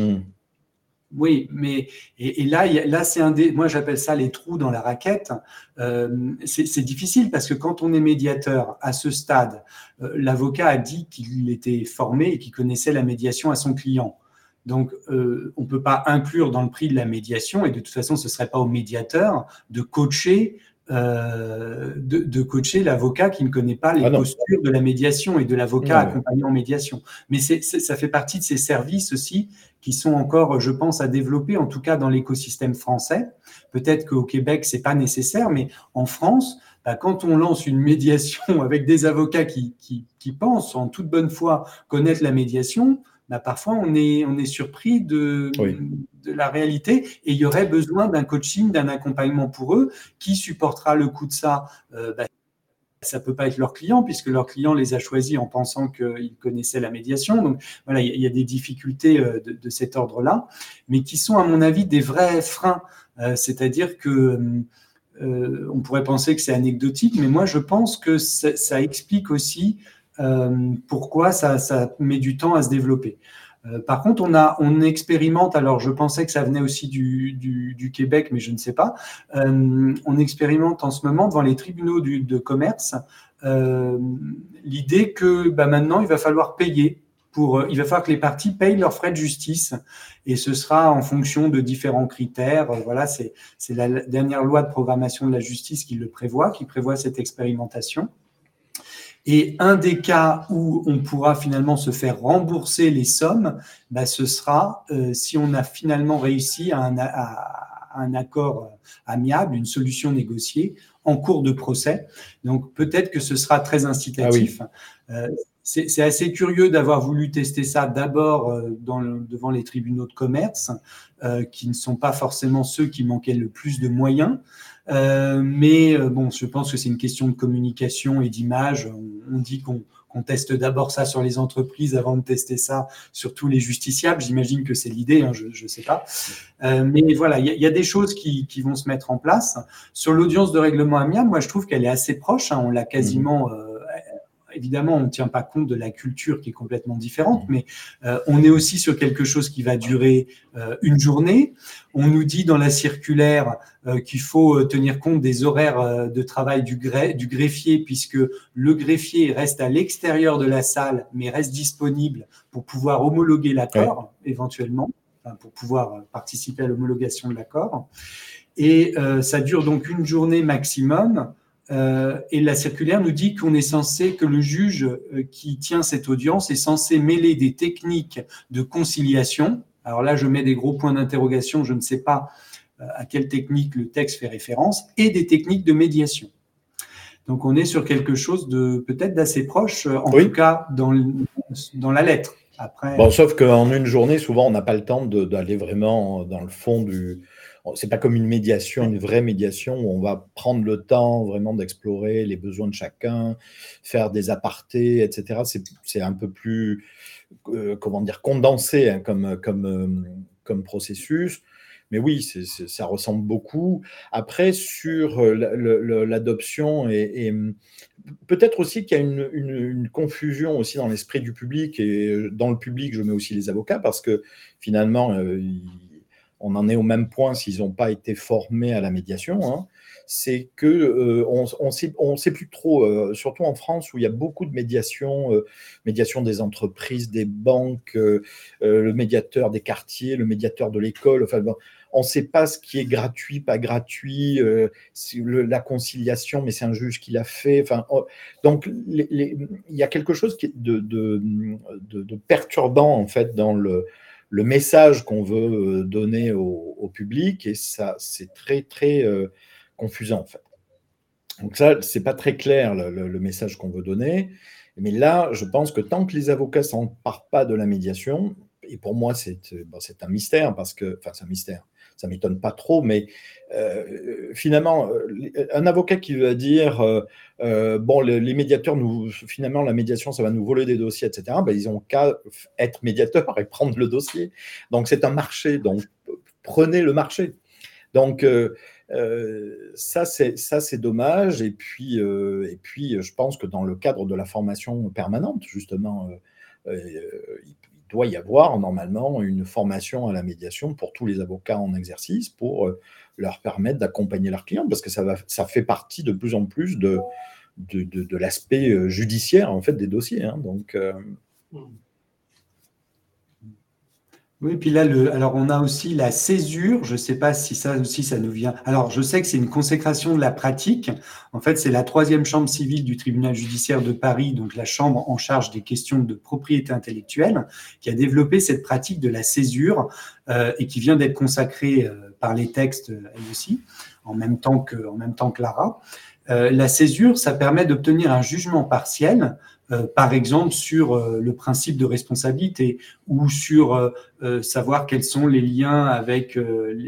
Oui, mais et là c'est moi j'appelle ça les trous dans la raquette. C'est difficile parce que quand on est médiateur à ce stade, l'avocat a dit qu'il était formé et qu'il connaissait la médiation à son client. Donc, on ne peut pas inclure dans le prix de la médiation, et de toute façon, ce ne serait pas au médiateur de coacher l'avocat qui ne connaît pas les postures de la médiation et de l'avocat accompagnant en médiation. Mais ça fait partie de ces services aussi qui sont encore, je pense, à développer, en tout cas dans l'écosystème français. Peut-être qu'au Québec, ce n'est pas nécessaire, mais en France, quand on lance une médiation avec des avocats qui pensent en toute bonne foi connaître la médiation, parfois on est surpris de la réalité, et il y aurait besoin d'un coaching, d'un accompagnement pour eux. Qui supportera le coût de ça? Ça peut pas être leur client, puisque leur client les a choisis en pensant qu'ils connaissaient la médiation. Donc voilà, il y a des difficultés de cet ordre-là, mais qui sont à mon avis des vrais freins. C'est-à-dire que on pourrait penser que c'est anecdotique, mais moi je pense que ça explique aussi pourquoi ça met du temps à se développer. Par contre, on expérimente, alors je pensais que ça venait aussi du Québec, mais je ne sais pas, on expérimente en ce moment devant les tribunaux de commerce l'idée que maintenant il va falloir payer. Il va falloir que les parties payent leurs frais de justice, et ce sera en fonction de différents critères. Voilà, c'est la dernière loi de programmation de la justice qui prévoit cette expérimentation. Et un des cas où on pourra finalement se faire rembourser les sommes, ce sera si on a finalement réussi à un accord amiable, une solution négociée en cours de procès. Donc peut-être que ce sera très incitatif. C'est assez curieux d'avoir voulu tester ça d'abord devant les tribunaux de commerce, qui ne sont pas forcément ceux qui manquaient le plus de moyens. Mais je pense que c'est une question de communication et d'image. On dit qu'on teste d'abord ça sur les entreprises avant de tester ça sur tous les justiciables. J'imagine que c'est l'idée, je ne sais pas. Mais voilà, il y a des choses qui vont se mettre en place. Sur l'audience de règlement amiable, moi je trouve qu'elle est assez proche. On l'a quasiment... Évidemment, on ne tient pas compte de la culture qui est complètement différente, mais on est aussi sur quelque chose qui va durer une journée. On nous dit dans la circulaire qu'il faut tenir compte des horaires de travail du greffier, puisque le greffier reste à l'extérieur de la salle, mais reste disponible pour pouvoir homologuer l'accord, éventuellement, pour pouvoir participer à l'homologation de l'accord. Et ça dure donc une journée maximum. Et la circulaire nous dit que le juge qui tient cette audience est censé mêler des techniques de conciliation. Alors là, je mets des gros points d'interrogation, je ne sais pas à quelle technique le texte fait référence, et des techniques de médiation. Donc on est sur quelque chose de peut-être d'assez proche, en tout cas dans la lettre. Après, sauf qu'en une journée, souvent, on n'a pas le temps d'aller vraiment dans le fond du... C'est pas comme une médiation, une vraie médiation où on va prendre le temps vraiment d'explorer les besoins de chacun, faire des apartés, etc. C'est un peu plus, condensé comme processus. Mais oui, ça ressemble beaucoup. Après, sur l'adoption, et peut-être aussi qu'il y a une confusion aussi dans l'esprit du public, et dans le public, je mets aussi les avocats, parce que finalement, on en est au même point s'ils n'ont pas été formés à la médiation. C'est que on sait plus trop, surtout en France où il y a beaucoup de médiation des entreprises, des banques, le médiateur des quartiers, le médiateur de l'école. On ne sait pas ce qui est gratuit, pas gratuit, la conciliation, mais c'est un juge qui l'a fait. Donc il y a quelque chose qui est de perturbant en fait dans le message qu'on veut donner au public, et ça, c'est très, très confusant, en fait. Donc ça, c'est pas très clair, le message qu'on veut donner. Mais là, je pense que tant que les avocats ne s'emparent pas de la médiation, et pour moi, c'est un mystère, parce que, c'est un mystère, ça ne m'étonne pas trop, mais finalement, un avocat qui va dire les médiateurs, finalement, la médiation, ça va nous voler des dossiers, etc., ils n'ont qu'à être médiateurs et prendre le dossier. Donc, c'est un marché, donc prenez le marché. Donc, ça, c'est dommage. Et puis, je pense que dans le cadre de la formation permanente, justement, il doit y avoir normalement une formation à la médiation pour tous les avocats en exercice pour leur permettre d'accompagner leurs clients, parce que ça fait partie de plus en plus de l'aspect judiciaire en fait des dossiers. Donc, oui, puis là, alors on a aussi la césure. Je ne sais pas si ça aussi, ça nous vient. Alors, je sais que c'est une consécration de la pratique. En fait, c'est la 3e chambre civile du tribunal judiciaire de Paris, donc la chambre en charge des questions de propriété intellectuelle, qui a développé cette pratique de la césure et qui vient d'être consacrée par les textes, elle aussi, en même temps que l'ARA. La césure, ça permet d'obtenir un jugement partiel, par exemple sur le principe de responsabilité ou sur savoir quels sont les liens avec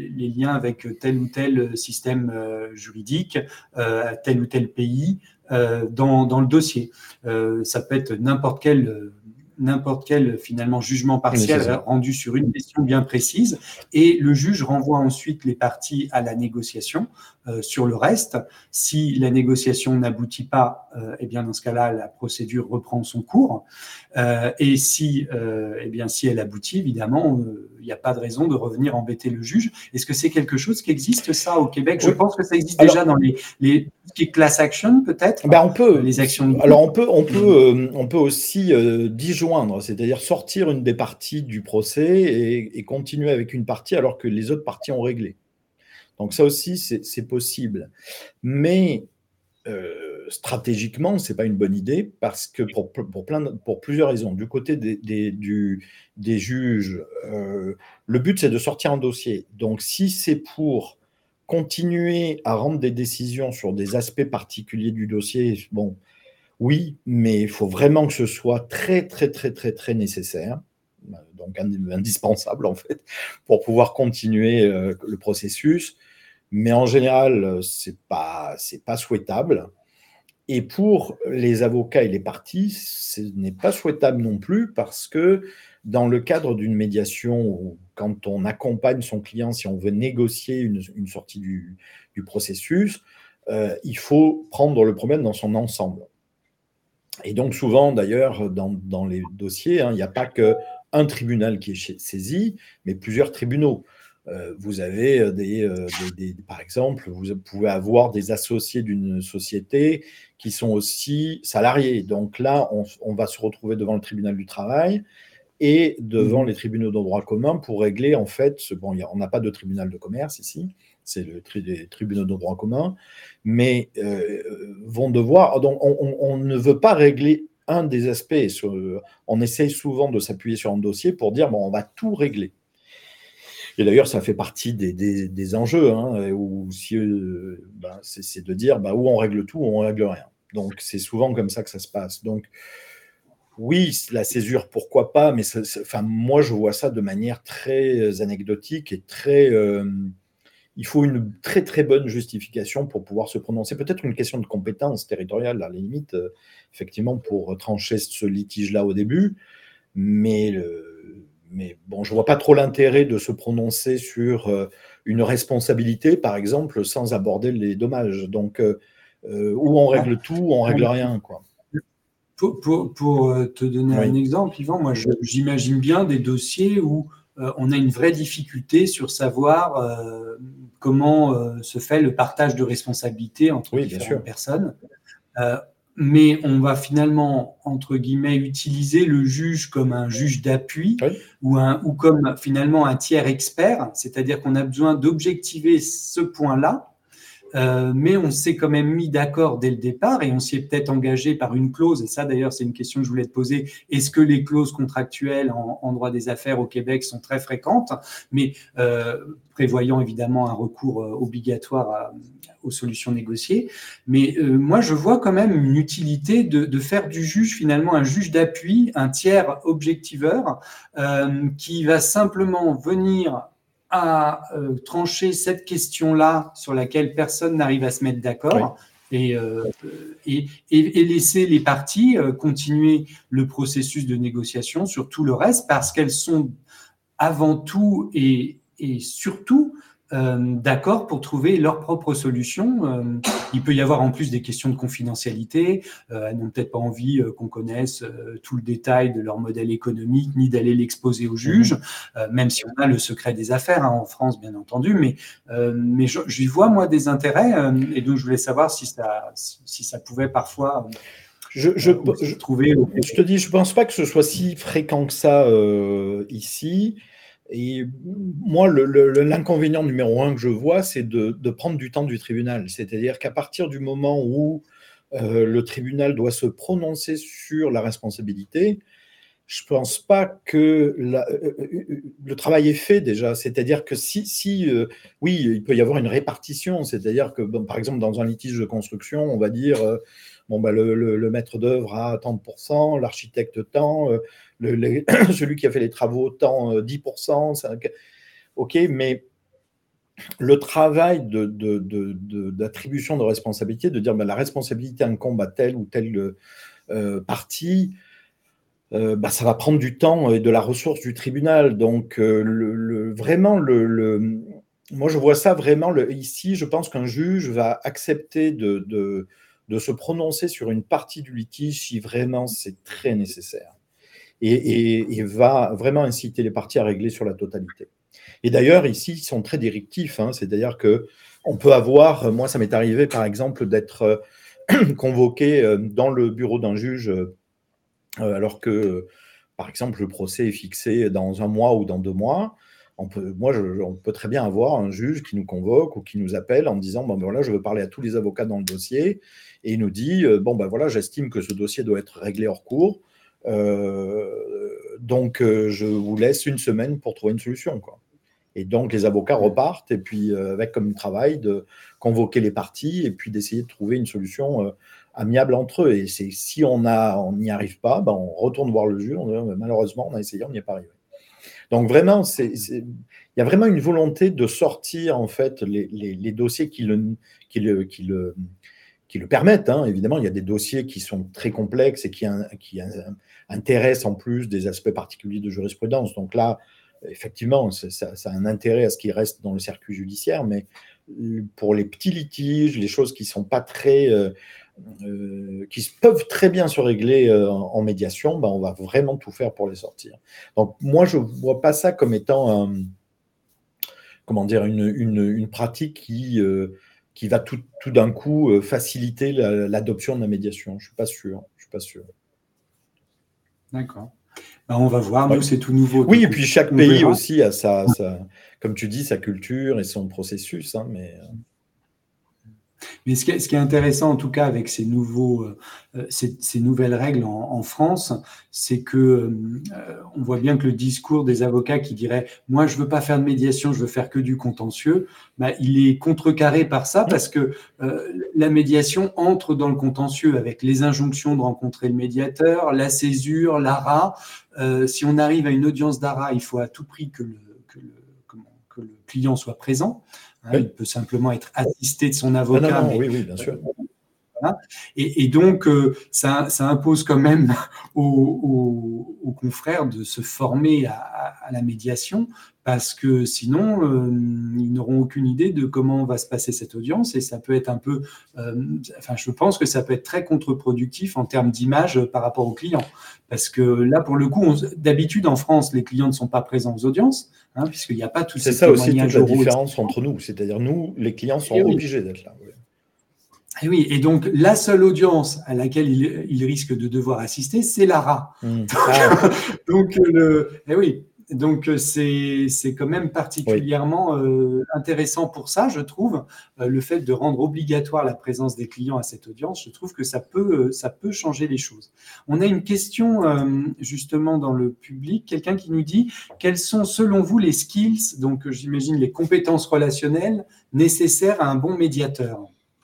tel ou tel système juridique, tel ou tel pays dans le dossier. Ça peut être n'importe quel finalement jugement partiel rendu sur une question bien précise, et le juge renvoie ensuite les parties à la négociation sur le reste. Si la négociation n'aboutit pas, eh bien dans ce cas-là, la procédure reprend son cours. Et si elle aboutit, évidemment, il n'y a pas de raison de revenir embêter le juge. Est-ce que c'est quelque chose qui existe, ça, au Québec? Je pense que ça existe déjà dans les class action, peut-être. On peut. Les actions. Alors, on peut aussi disjoindre, c'est-à-dire sortir une des parties du procès et continuer avec une partie alors que les autres parties ont réglé. Donc, ça aussi, c'est possible. Mais stratégiquement, ce n'est pas une bonne idée parce que pour plusieurs raisons. Du côté des juges, le but, c'est de sortir un dossier. Donc, si c'est pour continuer à rendre des décisions sur des aspects particuliers du dossier, bon, oui, mais il faut vraiment que ce soit très, très, très, très, très nécessaire, donc indispensable, en fait, pour pouvoir continuer le processus. Mais en général, c'est pas souhaitable. Et pour les avocats et les parties, ce n'est pas souhaitable non plus parce que dans le cadre d'une médiation, ou quand on accompagne son client, si on veut négocier une sortie du processus, il faut prendre le problème dans son ensemble. Et donc souvent, d'ailleurs, dans les dossiers, il n'y a pas qu'un tribunal qui est saisi, mais plusieurs tribunaux. Vous avez par exemple, vous pouvez avoir des associés d'une société qui sont aussi salariés. Donc là, on va se retrouver devant le tribunal du travail et devant les tribunaux de droit commun pour régler, en fait, on n'a pas de tribunal de commerce ici, c'est les tribunaux de droit commun, mais vont devoir... Donc on ne veut pas régler un des aspects. On essaye souvent de s'appuyer sur un dossier pour dire, on va tout régler. Et d'ailleurs, ça fait partie des enjeux, où c'est de dire où on règle tout ou on ne règle rien. Donc, c'est souvent comme ça que ça se passe. Donc, oui, la césure, pourquoi pas, mais moi, je vois ça de manière très anecdotique et très... il faut une très, très bonne justification pour pouvoir se prononcer. Peut-être une question de compétence territoriale, à la limite, effectivement, pour trancher ce litige-là au début, mais bon, je ne vois pas trop l'intérêt de se prononcer sur une responsabilité, par exemple, sans aborder les dommages. Donc, où on règle tout, ou on ne règle rien, quoi. Pour te donner un exemple, Yvan, moi, j'imagine bien des dossiers où on a une vraie difficulté sur savoir comment se fait le partage de responsabilités entre différentes personnes. Mais on va finalement, entre guillemets, utiliser le juge comme un juge d'appui ou comme finalement un tiers expert, c'est-à-dire qu'on a besoin d'objectiver ce point-là, mais on s'est quand même mis d'accord dès le départ et on s'y est peut-être engagé par une clause, et ça d'ailleurs c'est une question que je voulais te poser, est-ce que les clauses contractuelles en droit des affaires au Québec sont très fréquentes, mais prévoyant évidemment un recours obligatoire aux solutions négociées. Mais moi, je vois quand même une utilité de faire du juge finalement un juge d'appui, un tiers objectiveur qui va simplement venir à trancher cette question-là sur laquelle personne n'arrive à se mettre d'accord et laisser les parties continuer le processus de négociation sur tout le reste parce qu'elles sont avant tout et surtout d'accord pour trouver leur propre solution. Il peut y avoir en plus des questions de confidentialité. Elles n'ont peut-être pas envie qu'on connaisse tout le détail de leur modèle économique, ni d'aller l'exposer au juge, même si on a le secret des affaires en France, bien entendu. Mais j'y vois, moi, des intérêts. Et donc, je voulais savoir si ça pouvait parfois... Je te dis, je ne pense pas que ce soit si fréquent que ça ici. Et moi, l'inconvénient numéro 1 que je vois, c'est de prendre du temps du tribunal. C'est-à-dire qu'à partir du moment où le tribunal doit se prononcer sur la responsabilité, je ne pense pas que le travail est fait déjà. C'est-à-dire que oui, il peut y avoir une répartition. C'est-à-dire que, bon, par exemple, dans un litige de construction, on va dire, le maître d'œuvre a tant de pourcents, l'architecte tant, celui qui a fait les travaux tant 10%. OK, mais le travail d'attribution de responsabilité, de dire la responsabilité incombe à telle ou telle partie, ça va prendre du temps et de la ressource du tribunal. Donc, vraiment, moi, je vois ça vraiment ici. Je pense qu'un juge va accepter de se prononcer sur une partie du litige si vraiment c'est très nécessaire et va vraiment inciter les parties à régler sur la totalité. Et d'ailleurs, ici, ils sont très directifs. C'est-à-dire qu'on peut avoir, moi, ça m'est arrivé, par exemple, d'être convoqué dans le bureau d'un juge alors que, par exemple, le procès est fixé dans 1 mois ou dans 2 mois. On peut très bien avoir un juge qui nous convoque ou qui nous appelle en disant voilà, je veux parler à tous les avocats dans le dossier, et il nous dit voilà, j'estime que ce dossier doit être réglé hors cours, donc je vous laisse 1 semaine pour trouver une solution, quoi. Et donc les avocats repartent et puis avec comme travail de convoquer les parties et puis d'essayer de trouver une solution amiable entre eux. Et si on n'y arrive pas, on retourne voir le juge, on dit malheureusement on a essayé, on n'y est pas arrivé. Donc vraiment, il y a vraiment une volonté de sortir en fait les dossiers qui le permettent. Évidemment, il y a des dossiers qui sont très complexes et qui intéressent en plus des aspects particuliers de jurisprudence. Donc là, effectivement, ça a un intérêt à ce qu'il reste dans le circuit judiciaire, mais pour les petits litiges, les choses qui sont pas très, qui peuvent très bien se régler en médiation, on va vraiment tout faire pour les sortir. Donc moi, je vois pas ça comme étant une pratique qui va tout d'un coup faciliter l'adoption de la médiation. Je suis pas sûr. D'accord. On va voir, nous c'est tout nouveau. Oui, et puis chaque pays aussi a comme tu dis, sa culture et son processus. Mais ce qui est intéressant, en tout cas, avec ces nouvelles règles en France, c'est que on voit bien que le discours des avocats qui diraient « moi, je ne veux pas faire de médiation, je veux faire que du contentieux », il est contrecarré par ça parce que la médiation entre dans le contentieux avec les injonctions de rencontrer le médiateur, la césure, l'ARA. Si on arrive à une audience d'ARA, il faut à tout prix que le client soit présent. Oui. Il peut simplement être assisté de son avocat. Oui, bien sûr. Voilà. Et donc, ça impose quand même aux confrères de se former à la médiation parce que sinon, ils n'auront aucune idée de comment va se passer cette audience et ça peut être un peu… je pense que ça peut être très contre-productif en termes d'image par rapport aux clients. Parce que là, pour le coup, d'habitude, en France, les clients ne sont pas présents aux audiences, puisqu'il n'y a pas tous ces témoignages. C'est ça aussi toute la différence entre nous. C'est-à-dire, nous, les clients sont obligés d'être là. Oui. Et oui, et donc la seule audience à laquelle il risque de devoir assister, c'est l'ARA. Donc c'est quand même particulièrement intéressant pour ça, je trouve, le fait de rendre obligatoire la présence des clients à cette audience. Je trouve que ça peut changer les choses. On a une question justement dans le public, quelqu'un qui nous dit quelles sont selon vous les skills, donc j'imagine les compétences relationnelles nécessaires à un bon médiateur?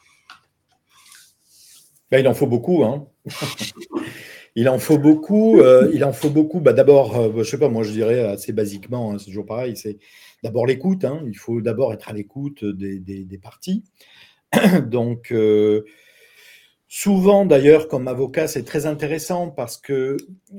Il en faut beaucoup. Il en faut beaucoup. D'abord, je sais pas, moi je dirais assez basiquement, c'est toujours pareil, c'est d'abord l'écoute. Il faut d'abord être à l'écoute des parties. Donc, souvent d'ailleurs, comme avocat, c'est très intéressant parce que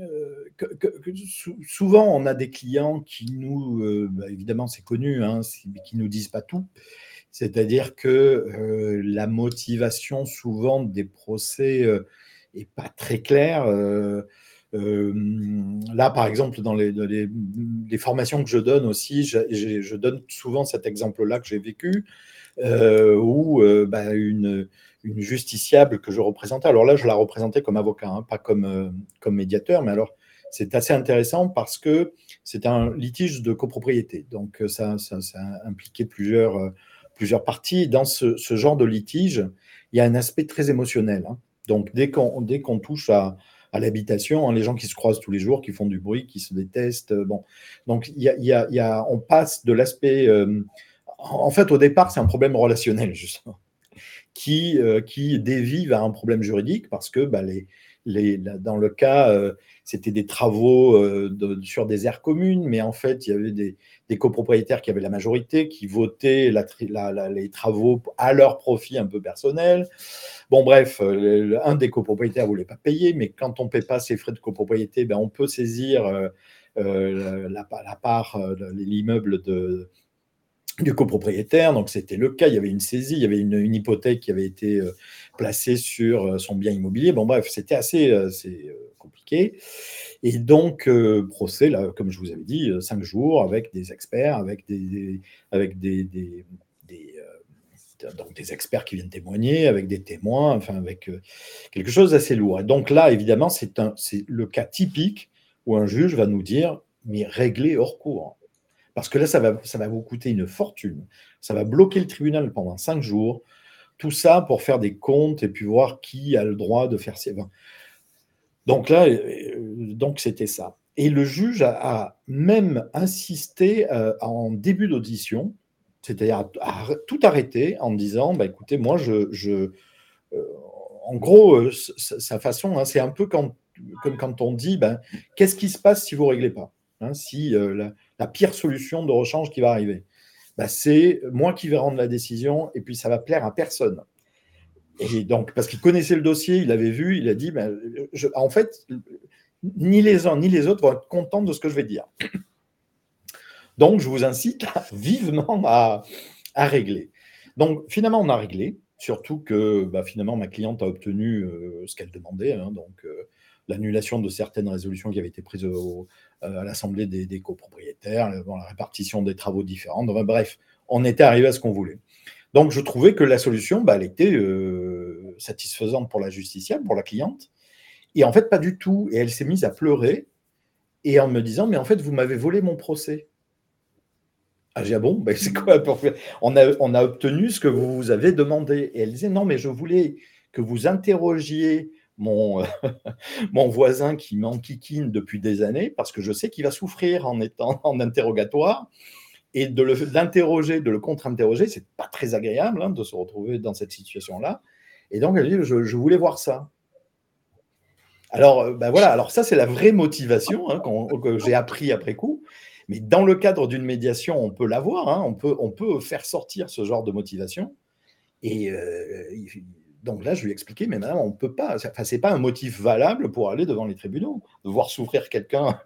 souvent on a des clients qui nous, évidemment c'est connu, qui nous disent pas tout. C'est-à-dire que la motivation souvent des procès est pas très claire. Là, par exemple, dans les formations que je donne aussi, je donne souvent cet exemple-là que j'ai vécu, où une justiciable que je représentais, alors là, je la représentais comme avocat, pas comme médiateur, mais alors c'est assez intéressant parce que c'est un litige de copropriété. Donc, ça impliquait plusieurs parties. Dans ce genre de litige, il y a un aspect très émotionnel. Donc, dès qu'on touche à à l'habitation, hein, les gens qui se croisent tous les jours, qui font du bruit, qui se détestent. Bon. Donc, on passe de l'aspect... en fait, au départ, c'est un problème relationnel, justement, qui dévie vers un problème juridique parce que dans le cas, c'était des travaux sur des aires communes, mais en fait, il y avait des copropriétaires qui avaient la majorité, qui votaient les travaux à leur profit un peu personnel. Bon, bref, un des copropriétaires ne voulait pas payer, mais quand on ne paie pas ses frais de copropriété, on peut saisir la part, l'immeuble du copropriétaire. Donc, c'était le cas. Il y avait une saisie, il y avait une hypothèque qui avait été placée sur son bien immobilier. Bon, bref, c'était assez compliqué. Et donc, procès, là, comme je vous avais dit, 5 jours avec des experts, avec des experts qui viennent témoigner, avec des témoins, enfin, avec quelque chose d'assez lourd. Et donc là, évidemment, c'est le cas typique où un juge va nous dire, mais réglez hors cours. Parce que là, ça va vous coûter une fortune. Ça va bloquer le tribunal pendant 5 jours. Tout ça pour faire des comptes et puis voir qui a le droit de faire ses... Donc là, c'était ça. Et le juge a même insisté en début d'audition, c'est-à-dire à tout arrêter en disant, écoutez, moi, en gros, sa façon, hein, c'est un peu comme quand on dit, qu'est-ce qui se passe si vous ne réglez pas, hein, si la pire solution de rechange qui va arriver, c'est moi qui vais rendre la décision et puis ça va plaire à personne. Et donc, parce qu'il connaissait le dossier, il avait vu, il a dit, en fait, ni les uns ni les autres vont être contents de ce que je vais dire. Donc, je vous incite vivement à régler. Donc, finalement, on a réglé, surtout que finalement, ma cliente a obtenu ce qu'elle demandait, hein, donc l'annulation de certaines résolutions qui avaient été prises à l'Assemblée des copropriétaires, la répartition des travaux différents. Donc, bref, on était arrivé à ce qu'on voulait. Donc, je trouvais que la solution, elle était satisfaisante pour la justiciable, pour la cliente. Et en fait, pas du tout. Et elle s'est mise à pleurer et en me disant, mais en fait, vous m'avez volé mon procès. Ah, j'ai dit, ah bon, c'est quoi on a obtenu ce que vous avez demandé. Et elle disait, non, mais je voulais que vous interrogiez mon voisin qui m'enquiquine depuis des années parce que je sais qu'il va souffrir en étant en interrogatoire. Et de l'interroger, de le contre-interroger, c'est pas très agréable hein, de se retrouver dans cette situation-là. Et donc, elle dit, je voulais voir ça. Alors, voilà, alors ça, c'est la vraie motivation hein, que j'ai appris après coup. Mais dans le cadre d'une médiation, on peut l'avoir, hein, on peut faire sortir ce genre de motivation. Et donc là, je lui ai expliqué, mais madame, on ne peut pas, c'est pas un motif valable pour aller devant les tribunaux, de voir souffrir quelqu'un.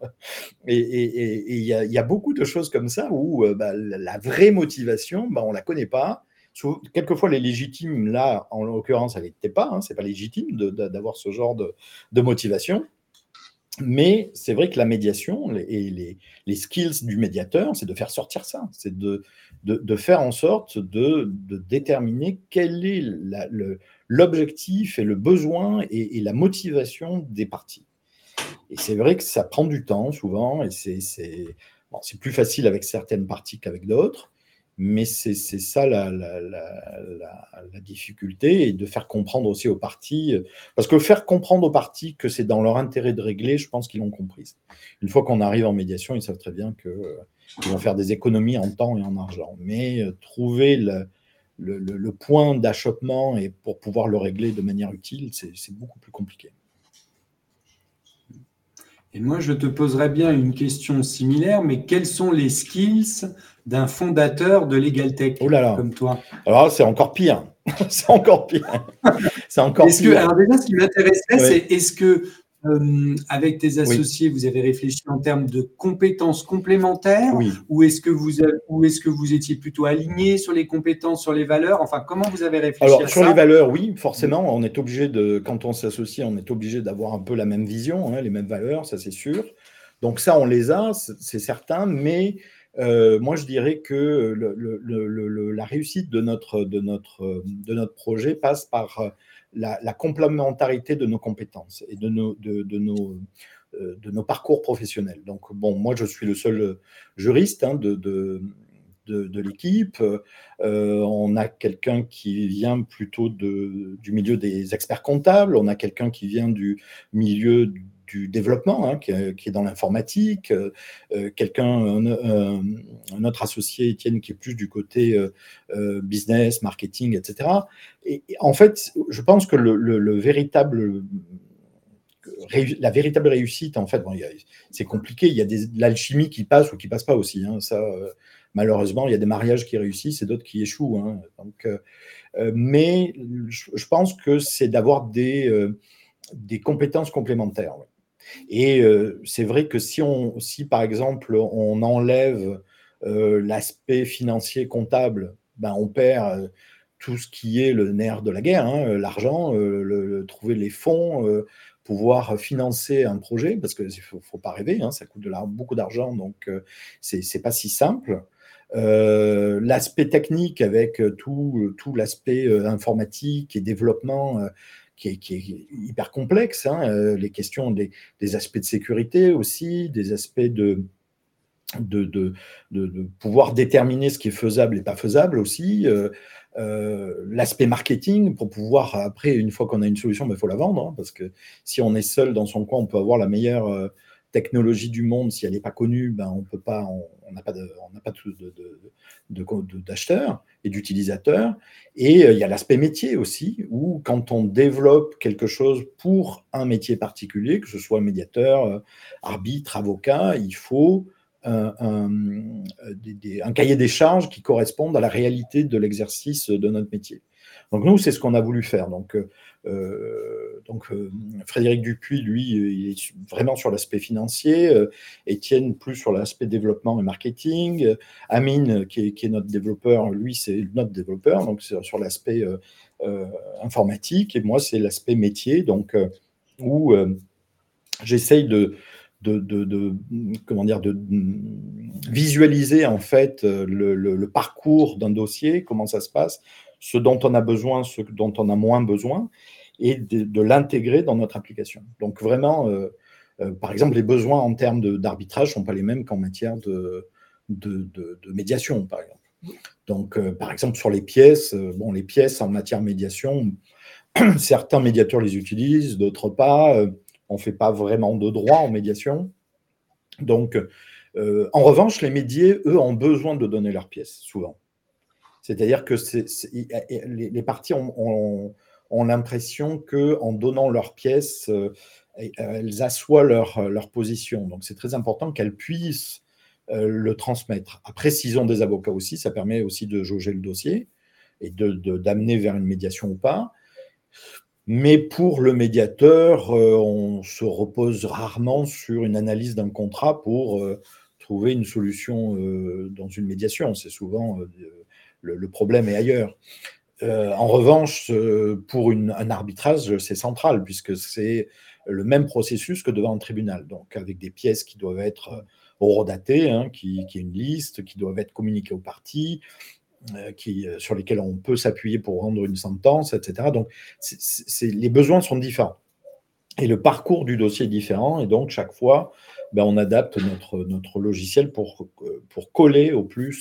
Et il y a beaucoup de choses comme ça où la vraie motivation, on ne la connaît pas. Quelquefois, les légitimes, là, en l'occurrence, elle n'était pas, hein, ce n'est pas légitime d'avoir ce genre de motivation. Mais c'est vrai que la médiation et les skills du médiateur, c'est de faire sortir ça, c'est de faire en sorte de déterminer quel est l'objectif et le besoin et la motivation des parties. Et c'est vrai que ça prend du temps souvent, et c'est plus facile avec certaines parties qu'avec d'autres, mais c'est ça la difficulté, et de faire comprendre aussi aux parties, parce que faire comprendre aux parties que c'est dans leur intérêt de régler, je pense qu'ils l'ont compris. Une fois qu'on arrive en médiation, ils savent très bien qu'ils vont faire des économies en temps et en argent, mais trouver le point d'achoppement et pour pouvoir le régler de manière utile, c'est beaucoup plus compliqué. Et moi, je te poserais bien une question similaire, mais quels sont les skills d'un fondateur de LegalTech comme toi? Alors, c'est encore pire. C'est encore pire. Alors déjà, ce qui m'intéresserait, c'est est-ce que avec tes associés, vous avez réfléchi en termes de compétences complémentaires, ou est-ce que vous étiez plutôt aligné sur les compétences, sur les valeurs? Enfin, comment vous avez réfléchi à ça? Sur les valeurs, oui, forcément, on est obligé quand on s'associe, on est obligé d'avoir un peu la même vision, hein, les mêmes valeurs, ça c'est sûr. Donc ça, on les a, c'est certain, mais moi je dirais que la réussite de notre projet passe par la complémentarité de nos compétences et de nos parcours professionnels. Donc, moi, je suis le seul juriste hein, de de l'équipe. On a quelqu'un qui vient plutôt du milieu des experts comptables. On a quelqu'un qui vient du milieu du développement, qui est dans l'informatique. Un autre associé, Étienne, qui est plus du côté business, marketing, etc. Et en fait, je pense que la véritable réussite, en fait, c'est compliqué. Il y a de l'alchimie qui passe ou qui passe pas aussi. Ça, malheureusement, il y a des mariages qui réussissent et d'autres qui échouent. Donc, mais je pense que c'est d'avoir des compétences complémentaires. Ouais. Et c'est vrai que si par exemple, on enlève l'aspect financier comptable, on perd tout ce qui est le nerf de la guerre, l'argent, trouver les fonds, pouvoir financer un projet, parce qu'il ne faut pas rêver, ça coûte beaucoup d'argent, donc c'est pas si simple. L'aspect technique avec tout l'aspect informatique et développement qui est hyper complexe, les questions des aspects de sécurité aussi, des aspects de pouvoir déterminer ce qui est faisable et pas faisable aussi, l'aspect marketing pour pouvoir, après, une fois qu'on a une solution, il faut la vendre, parce que si on est seul dans son coin, on peut avoir la meilleure technologie du monde, si elle n'est pas connue, on peut pas, on n'a pas d'acheteurs et d'utilisateurs. Et il y a l'aspect métier aussi, où quand on développe quelque chose pour un métier particulier, que ce soit médiateur, arbitre, avocat, il faut un cahier des charges qui corresponde à la réalité de l'exercice de notre métier. Donc nous, c'est ce qu'on a voulu faire. Donc Frédéric Dupuis, lui, il est vraiment sur l'aspect financier, Étienne plus sur l'aspect développement et marketing, Amine, qui est notre développeur, lui, c'est notre développeur, donc c'est sur l'aspect informatique, et moi, c'est l'aspect métier, donc où j'essaye de visualiser en fait le parcours d'un dossier, comment ça se passe, ce dont on a besoin, ce dont on a moins besoin, et de l'intégrer dans notre application. Donc vraiment, par exemple, les besoins en termes d'arbitrage ne sont pas les mêmes qu'en matière de médiation, par exemple. Donc, par exemple, sur les pièces, les pièces en matière de médiation, certains médiateurs les utilisent, d'autres pas. On ne fait pas vraiment de droit en médiation. Donc, en revanche, les médiés, eux, ont besoin de donner leurs pièces, souvent. C'est-à-dire que les parties ont l'impression qu'en donnant leurs pièces, elles assoient leur position. Donc, c'est très important qu'elles puissent le transmettre. Après, s'ils ont des avocats aussi, ça permet aussi de jauger le dossier et d'amener vers une médiation ou pas. Mais pour le médiateur, on se repose rarement sur une analyse d'un contrat pour trouver une solution dans une médiation. C'est souvent le problème est ailleurs. En revanche, pour un arbitrage, c'est central, puisque c'est le même processus que devant un tribunal. Donc, avec des pièces qui doivent être horodatées, qui est une liste, qui doivent être communiquées aux parties, sur lesquelles on peut s'appuyer pour rendre une sentence, etc. Donc, les besoins sont différents. Et le parcours du dossier est différent. Et donc, chaque fois, on adapte notre logiciel pour coller au plus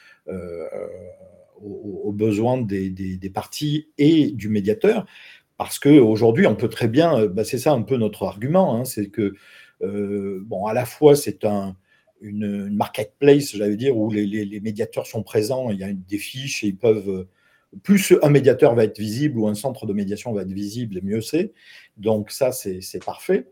aux besoins des parties et du médiateur. Parce qu'aujourd'hui, on peut très bien... c'est ça un peu notre argument. C'est que, à la fois, c'est une marketplace, j'allais dire, où les médiateurs sont présents, il y a des fiches et ils peuvent... Plus un médiateur va être visible ou un centre de médiation va être visible, et mieux c'est. Donc ça, c'est parfait.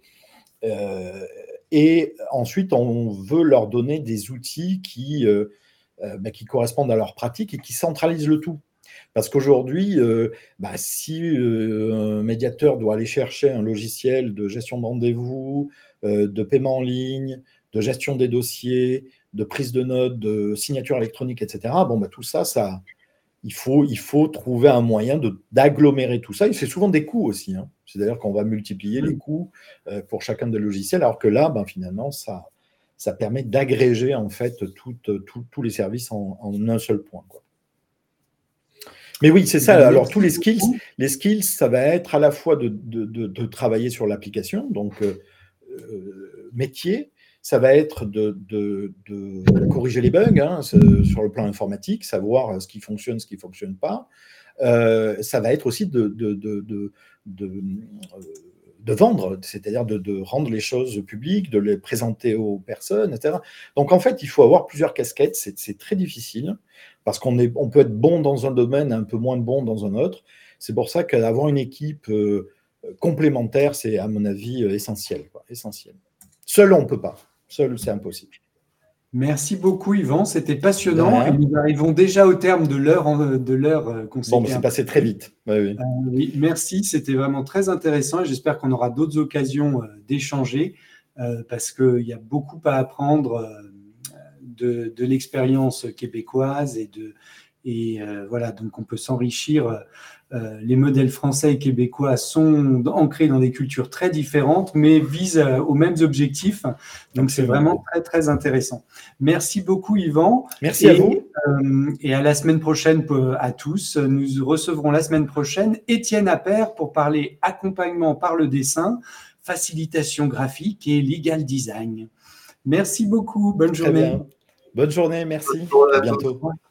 Et ensuite, on veut leur donner des outils qui correspondent à leur pratique et qui centralisent le tout. Parce qu'aujourd'hui, si un médiateur doit aller chercher un logiciel de gestion de rendez-vous, de paiement en ligne, de gestion des dossiers, de prise de notes, de signature électronique, etc., tout ça, il faut trouver un moyen d'agglomérer tout ça. Et c'est souvent des coûts aussi. C'est-à-dire qu'on va multiplier les coûts pour chacun des logiciels, alors que là, finalement, ça permet d'agréger en fait tous les services en un seul point, quoi. Mais oui, c'est ça. Alors, tous les skills, ça va être à la fois de travailler sur l'application, donc métier, ça va être de corriger les bugs sur le plan informatique, savoir ce qui fonctionne, ce qui ne fonctionne pas. Ça va être aussi de vendre, c'est-à-dire de rendre les choses publiques, de les présenter aux personnes, etc. Donc, en fait, il faut avoir plusieurs casquettes. C'est très difficile parce qu'on peut être bon dans un domaine, un peu moins bon dans un autre. C'est pour ça qu'avoir une équipe complémentaire, c'est, à mon avis, essentiel. Essentiel. Seul, on ne peut pas. Seul, c'est impossible. Merci beaucoup, Yvan. C'était passionnant. Et nous arrivons déjà au terme de l'heure qu'on s'est. Bon, c'est passé très vite. Oui. Oui, merci. C'était vraiment très intéressant et j'espère qu'on aura d'autres occasions d'échanger parce qu'il y a beaucoup à apprendre de l'expérience québécoise et voilà, donc on peut s'enrichir. Les modèles français et québécois sont ancrés dans des cultures très différentes, mais visent aux mêmes objectifs. Donc, c'est vraiment très, très intéressant. Merci beaucoup, Yvan. Merci à vous. Et à la semaine prochaine à tous. Nous recevrons la semaine prochaine Étienne Appert pour parler accompagnement par le dessin, facilitation graphique et legal design. Merci beaucoup. Bonne journée. Bonne journée. Merci. À bientôt.